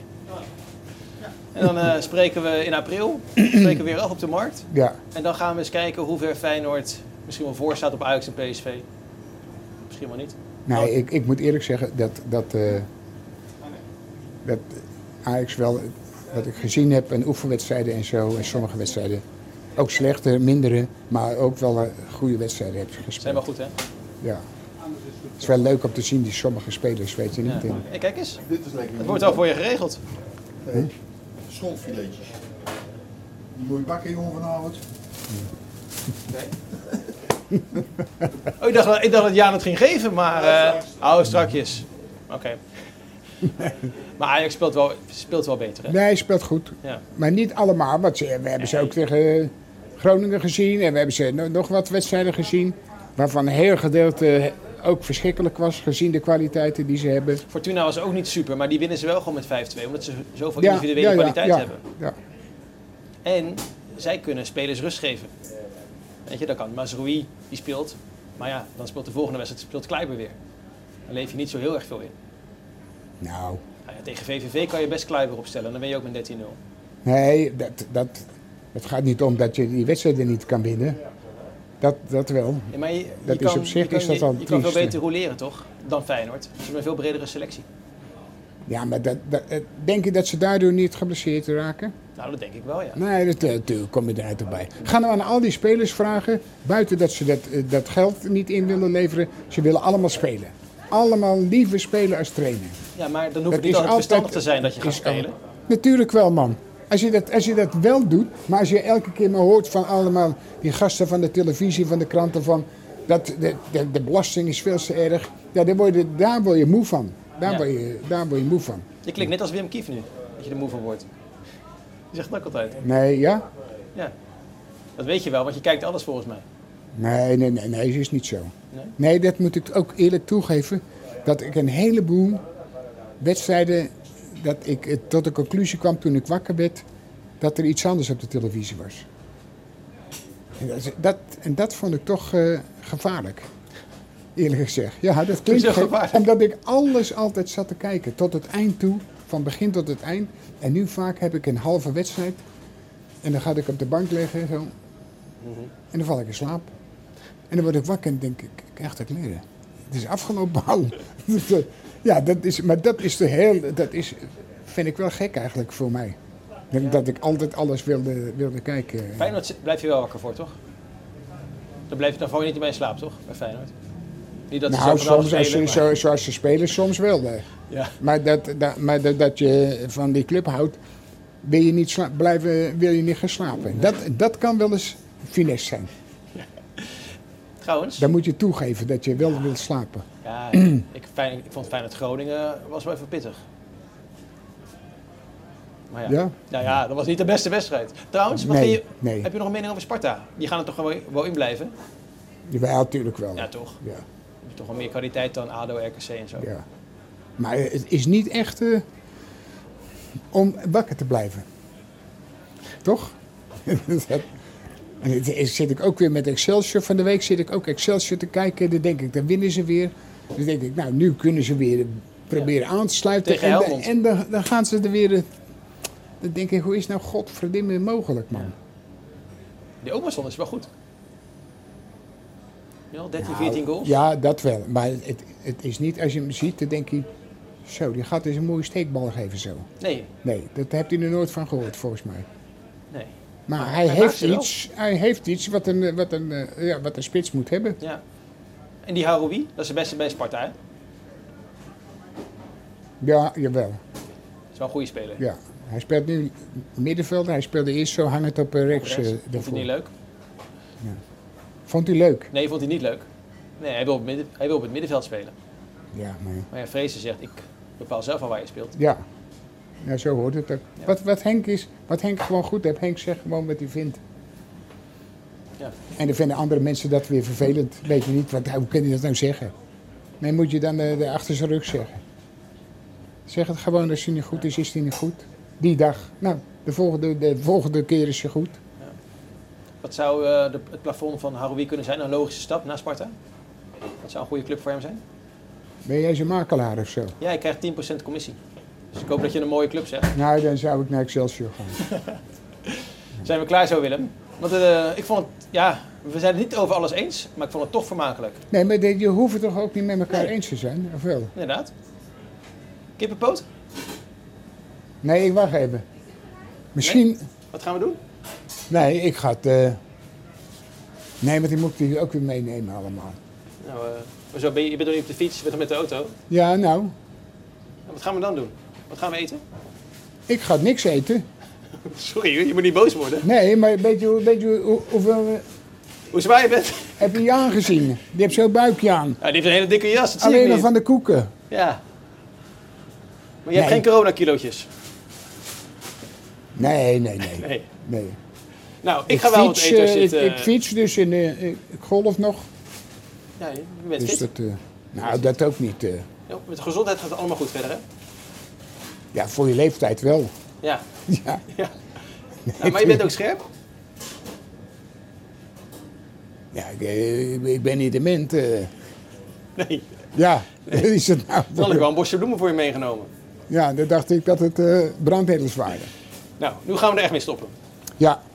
En dan eh, spreken we in april, spreken we weer af op de markt. Ja, En dan gaan we eens kijken hoe ver Feyenoord misschien wel voor staat op Ajax en P S V. Misschien wel niet. nee, ik, ik moet eerlijk zeggen dat, dat, eh, dat Ajax wel, wat ik gezien heb, en oefenwedstrijden en zo, en sommige wedstrijden, ook slechte, mindere, maar ook wel eh, goede wedstrijden heeft Zijn gespeeld. wel goed, hè? Ja. Het is wel leuk om te zien, die sommige spelers, weet je niet. Ja. En- Hey, kijk eens. Dit is lekker. Het wordt al voor je geregeld. Schoolfiletjes. Die moet je bakken, jongen, vanavond. Oh, ik dacht, dat- ik dacht dat Jaan het ging geven, maar... eh oh, strakjes. Oké. Maar Ajax speelt wel, speelt wel beter, hè? Nee, hij speelt goed. Ja. Maar niet allemaal, want ze, we hebben ze ook tegen Groningen gezien en we hebben ze no- nog wat wedstrijden gezien. Waarvan een heel gedeelte ook verschrikkelijk was, gezien de kwaliteiten die ze hebben. Fortuna was ook niet super, maar die winnen ze wel gewoon met vijf twee. Omdat ze zoveel Ja, individuele ja, ja, kwaliteit ja, hebben. ja. En zij kunnen spelers rust geven. Weet je, dat kan Mazraoui, die speelt. Maar ja, dan speelt de volgende wedstrijd speelt Kleiber weer. Dan leef je niet zo heel erg veel in. Nou, Nou ja, tegen V V V kan je best Kleiber opstellen, dan ben je ook met dertien nul. nee, dat, dat, het gaat niet om dat je die wedstrijden niet kan winnen. Dat, dat wel. Ja, maar je, je Dat is kan, op zich je kan, is dat je, al je kan veel triest, beter roleren, toch? Dan Feyenoord. Ze hebben een veel bredere selectie. Ja, maar dat, dat, eh, denk je dat ze daardoor niet geblesseerd raken? Nou, dat denk ik wel, ja. Nee, dat, eh, natuurlijk kom je eruit erbij. Ga nou aan al die spelers vragen, buiten dat ze dat, eh, dat geld niet in willen leveren, ze willen allemaal spelen. Allemaal liever spelen als trainen. Ja, maar dan hoeft Dat het niet is altijd verstandig altijd- te zijn dat je gaat is al- spelen. Natuurlijk wel, man. Als je, dat, als je dat wel doet, maar als je elke keer maar hoort van allemaal die gasten van de televisie, van de kranten, van dat de, de, de belasting is veel te erg. Ja, daar word je, daar word je moe van. Daar, Ja. word je, daar word je moe van. Je klinkt net als Wim Kief nu, dat je er moe van wordt. Die zegt dat ook altijd. Nee, ja? Ja. Dat weet je wel, want je kijkt alles volgens mij. Nee, nee, nee, nee, dat is niet zo. Nee? Nee, dat moet ik ook eerlijk toegeven. Dat ik een heleboel wedstrijden, dat ik eh, tot de conclusie kwam toen ik wakker werd, dat er iets anders op de televisie was. En dat, is- dat, en dat vond ik toch eh, gevaarlijk. Eerlijk gezegd. Ja, dat klinkt Hoezo gek, gevaarlijk? omdat ik alles altijd zat te kijken. Tot het eind toe. Van begin tot het eind. En nu vaak heb ik een halve wedstrijd. En dan ga ik op de bank liggen. Zo. En dan val ik in slaap. En dan word ik wakker en denk ik, ik krijg dat leren. Het is afgelopen al. Dus, eh, ja, dat is, maar dat is de heel, dat is, vind ik wel gek eigenlijk voor mij. Dat- Dat ik altijd alles wilde, wilde kijken. Feyenoord zit- blijf je wel wakker voor, toch? Dan, blijf je, dan val je niet in bij slaap, toch? Bij Feyenoord. Niet dat ze Nou, zo van alles soms, als spelen, ze, maar- zo, zoals ze spelen, soms wel. eh. Ja. Maar, dat, dat, maar dat, dat je van die club houdt, wil je niet, sla- blijven, wil je niet gaan slapen. Dat, dat kan wel eens finesse zijn. Trouwens, Dan moet je toegeven dat je wel wilt slapen. ja, ik, Fijn, ik vond Feyenoord Groningen was wel even pittig. Maar ja. Ja? Nou ja, dat was niet de beste wedstrijd. Trouwens, wat Nee, vind je, nee. heb je nog een mening over Sparta? Die gaan er toch wel, wel in blijven? Jawel, natuurlijk wel. Ja, toch? Ja, Die hebben toch wel meer kwaliteit dan A D O, R K C en zo. ja. Maar het is niet echt eh, om wakker te blijven. Toch? En het is- zit ik ook weer met Excelsior. Van de week zit ik ook Excelsior te kijken. Dan denk ik, dan winnen ze weer. Dan denk ik, nou, nu kunnen ze weer proberen aan te sluiten. Tegen en dan- Helmond. en dan, dan gaan ze er weer... eh, Dan denk ik, hoe is nou godverdomme mogelijk, man? Die Omerson is wel goed. Ja, dertien, Nou, veertien goals. Ja, dat wel. Maar het, het is niet, als je hem ziet, dan denk je... Zo, die gaat eens een mooie steekbal geven zo. Nee, Nee, dat hebt hij er nooit van gehoord, volgens mij. nee. Maar Maar hij, hij maakt heeft ze wel. iets, hij heeft iets wat een, eh, wat, een, eh, ja, wat een spits moet hebben. Ja. En die Haroui, dat is de beste bij Sparta, hè? Ja, jawel. Dat is wel een goede speler. Ja. Hij speelt nu middenveld. Hij speelde eerst zo hangend op uh, rechts. Rechts. Uh, Vond hij daarvoor. niet leuk? Vond hij leuk? Nee, vond hij niet leuk. Nee, hij wil op het, midden, hij wil op het middenveld spelen. Ja, maar... Maar ja, Vrezen zegt, ik bepaal zelf al waar je speelt. Ja. Ja, zo hoort het ook. Ja. Wat, wat, Henk is, wat Henk gewoon goed heeft, Henk zegt gewoon wat hij vindt. Ja. En dan vinden andere mensen dat weer vervelend. Weet je niet, wat, hoe kan hij dat nou zeggen? Nee, moet je dan de, de achter zijn rug zeggen. Zeg het gewoon, als hij niet goed is, is hij niet goed. Die dag. Nou, de volgende, de volgende keer is hij goed. Wat zou uh, de, het plafond van Haroui kunnen zijn? Een logische stap na Sparta? Wat zou een goede club voor hem zijn? Ben jij zijn makelaar of zo? Ja, ik krijg tien procent commissie. Dus ik hoop dat je een mooie club zegt. Nou, dan zou ik naar Excelsior gaan. Zijn we klaar zo, Willem? Want uh, ik vond het, ja, we zijn het niet over alles eens, maar ik vond het toch vermakelijk. Nee, maar de, je hoeft het toch ook niet met elkaar Nee. eens te zijn, of wel? Inderdaad. Kippenpoot? Nee, ik wacht even. Misschien... Wat gaan we doen? Nee, ik ga het... Uh... Nee, want die moet ik ook weer meenemen allemaal. Nou, uh, hoezo, ben je, je bent nog niet op de fiets, je bent nog met de auto. Ja, nou... En wat gaan we dan doen? Wat gaan we eten? Ik ga niks eten. Sorry, je moet niet boos worden. Nee, maar weet je, weet je hoe, hoeveel... Hoe zwaar je bent? Heb je Jaan gezien? Die heeft zo'n buikje aan. Ja, die heeft een hele dikke jas, dat zie Alleen ik maar niet. van de koeken. Ja. Maar je hebt Nee. geen coronakilootjes. Nee, nee, nee. Nee. nee. Nou, ik, ga wel wat fiets, eten als eh, je het... ik, uh, ik fiets dus en uh, ik golf nog. Ja, je bent Dus fit. dat, uh, nou, dat ook niet. Uh. Ja, met de gezondheid gaat het allemaal goed verder, hè? Ja, voor je leeftijd wel. Ja. Ja. ja. Nou, maar je bent ook scherp. Ja, ik, uh, ik ben niet dement. Uh. Nee. Ja, nee. Is het nou? Dan had ik wel een bosje bloemen voor je meegenomen. Ja, dan dacht ik dat het uh, brandnetels waren. Nou, nu gaan we er echt mee stoppen. Ja.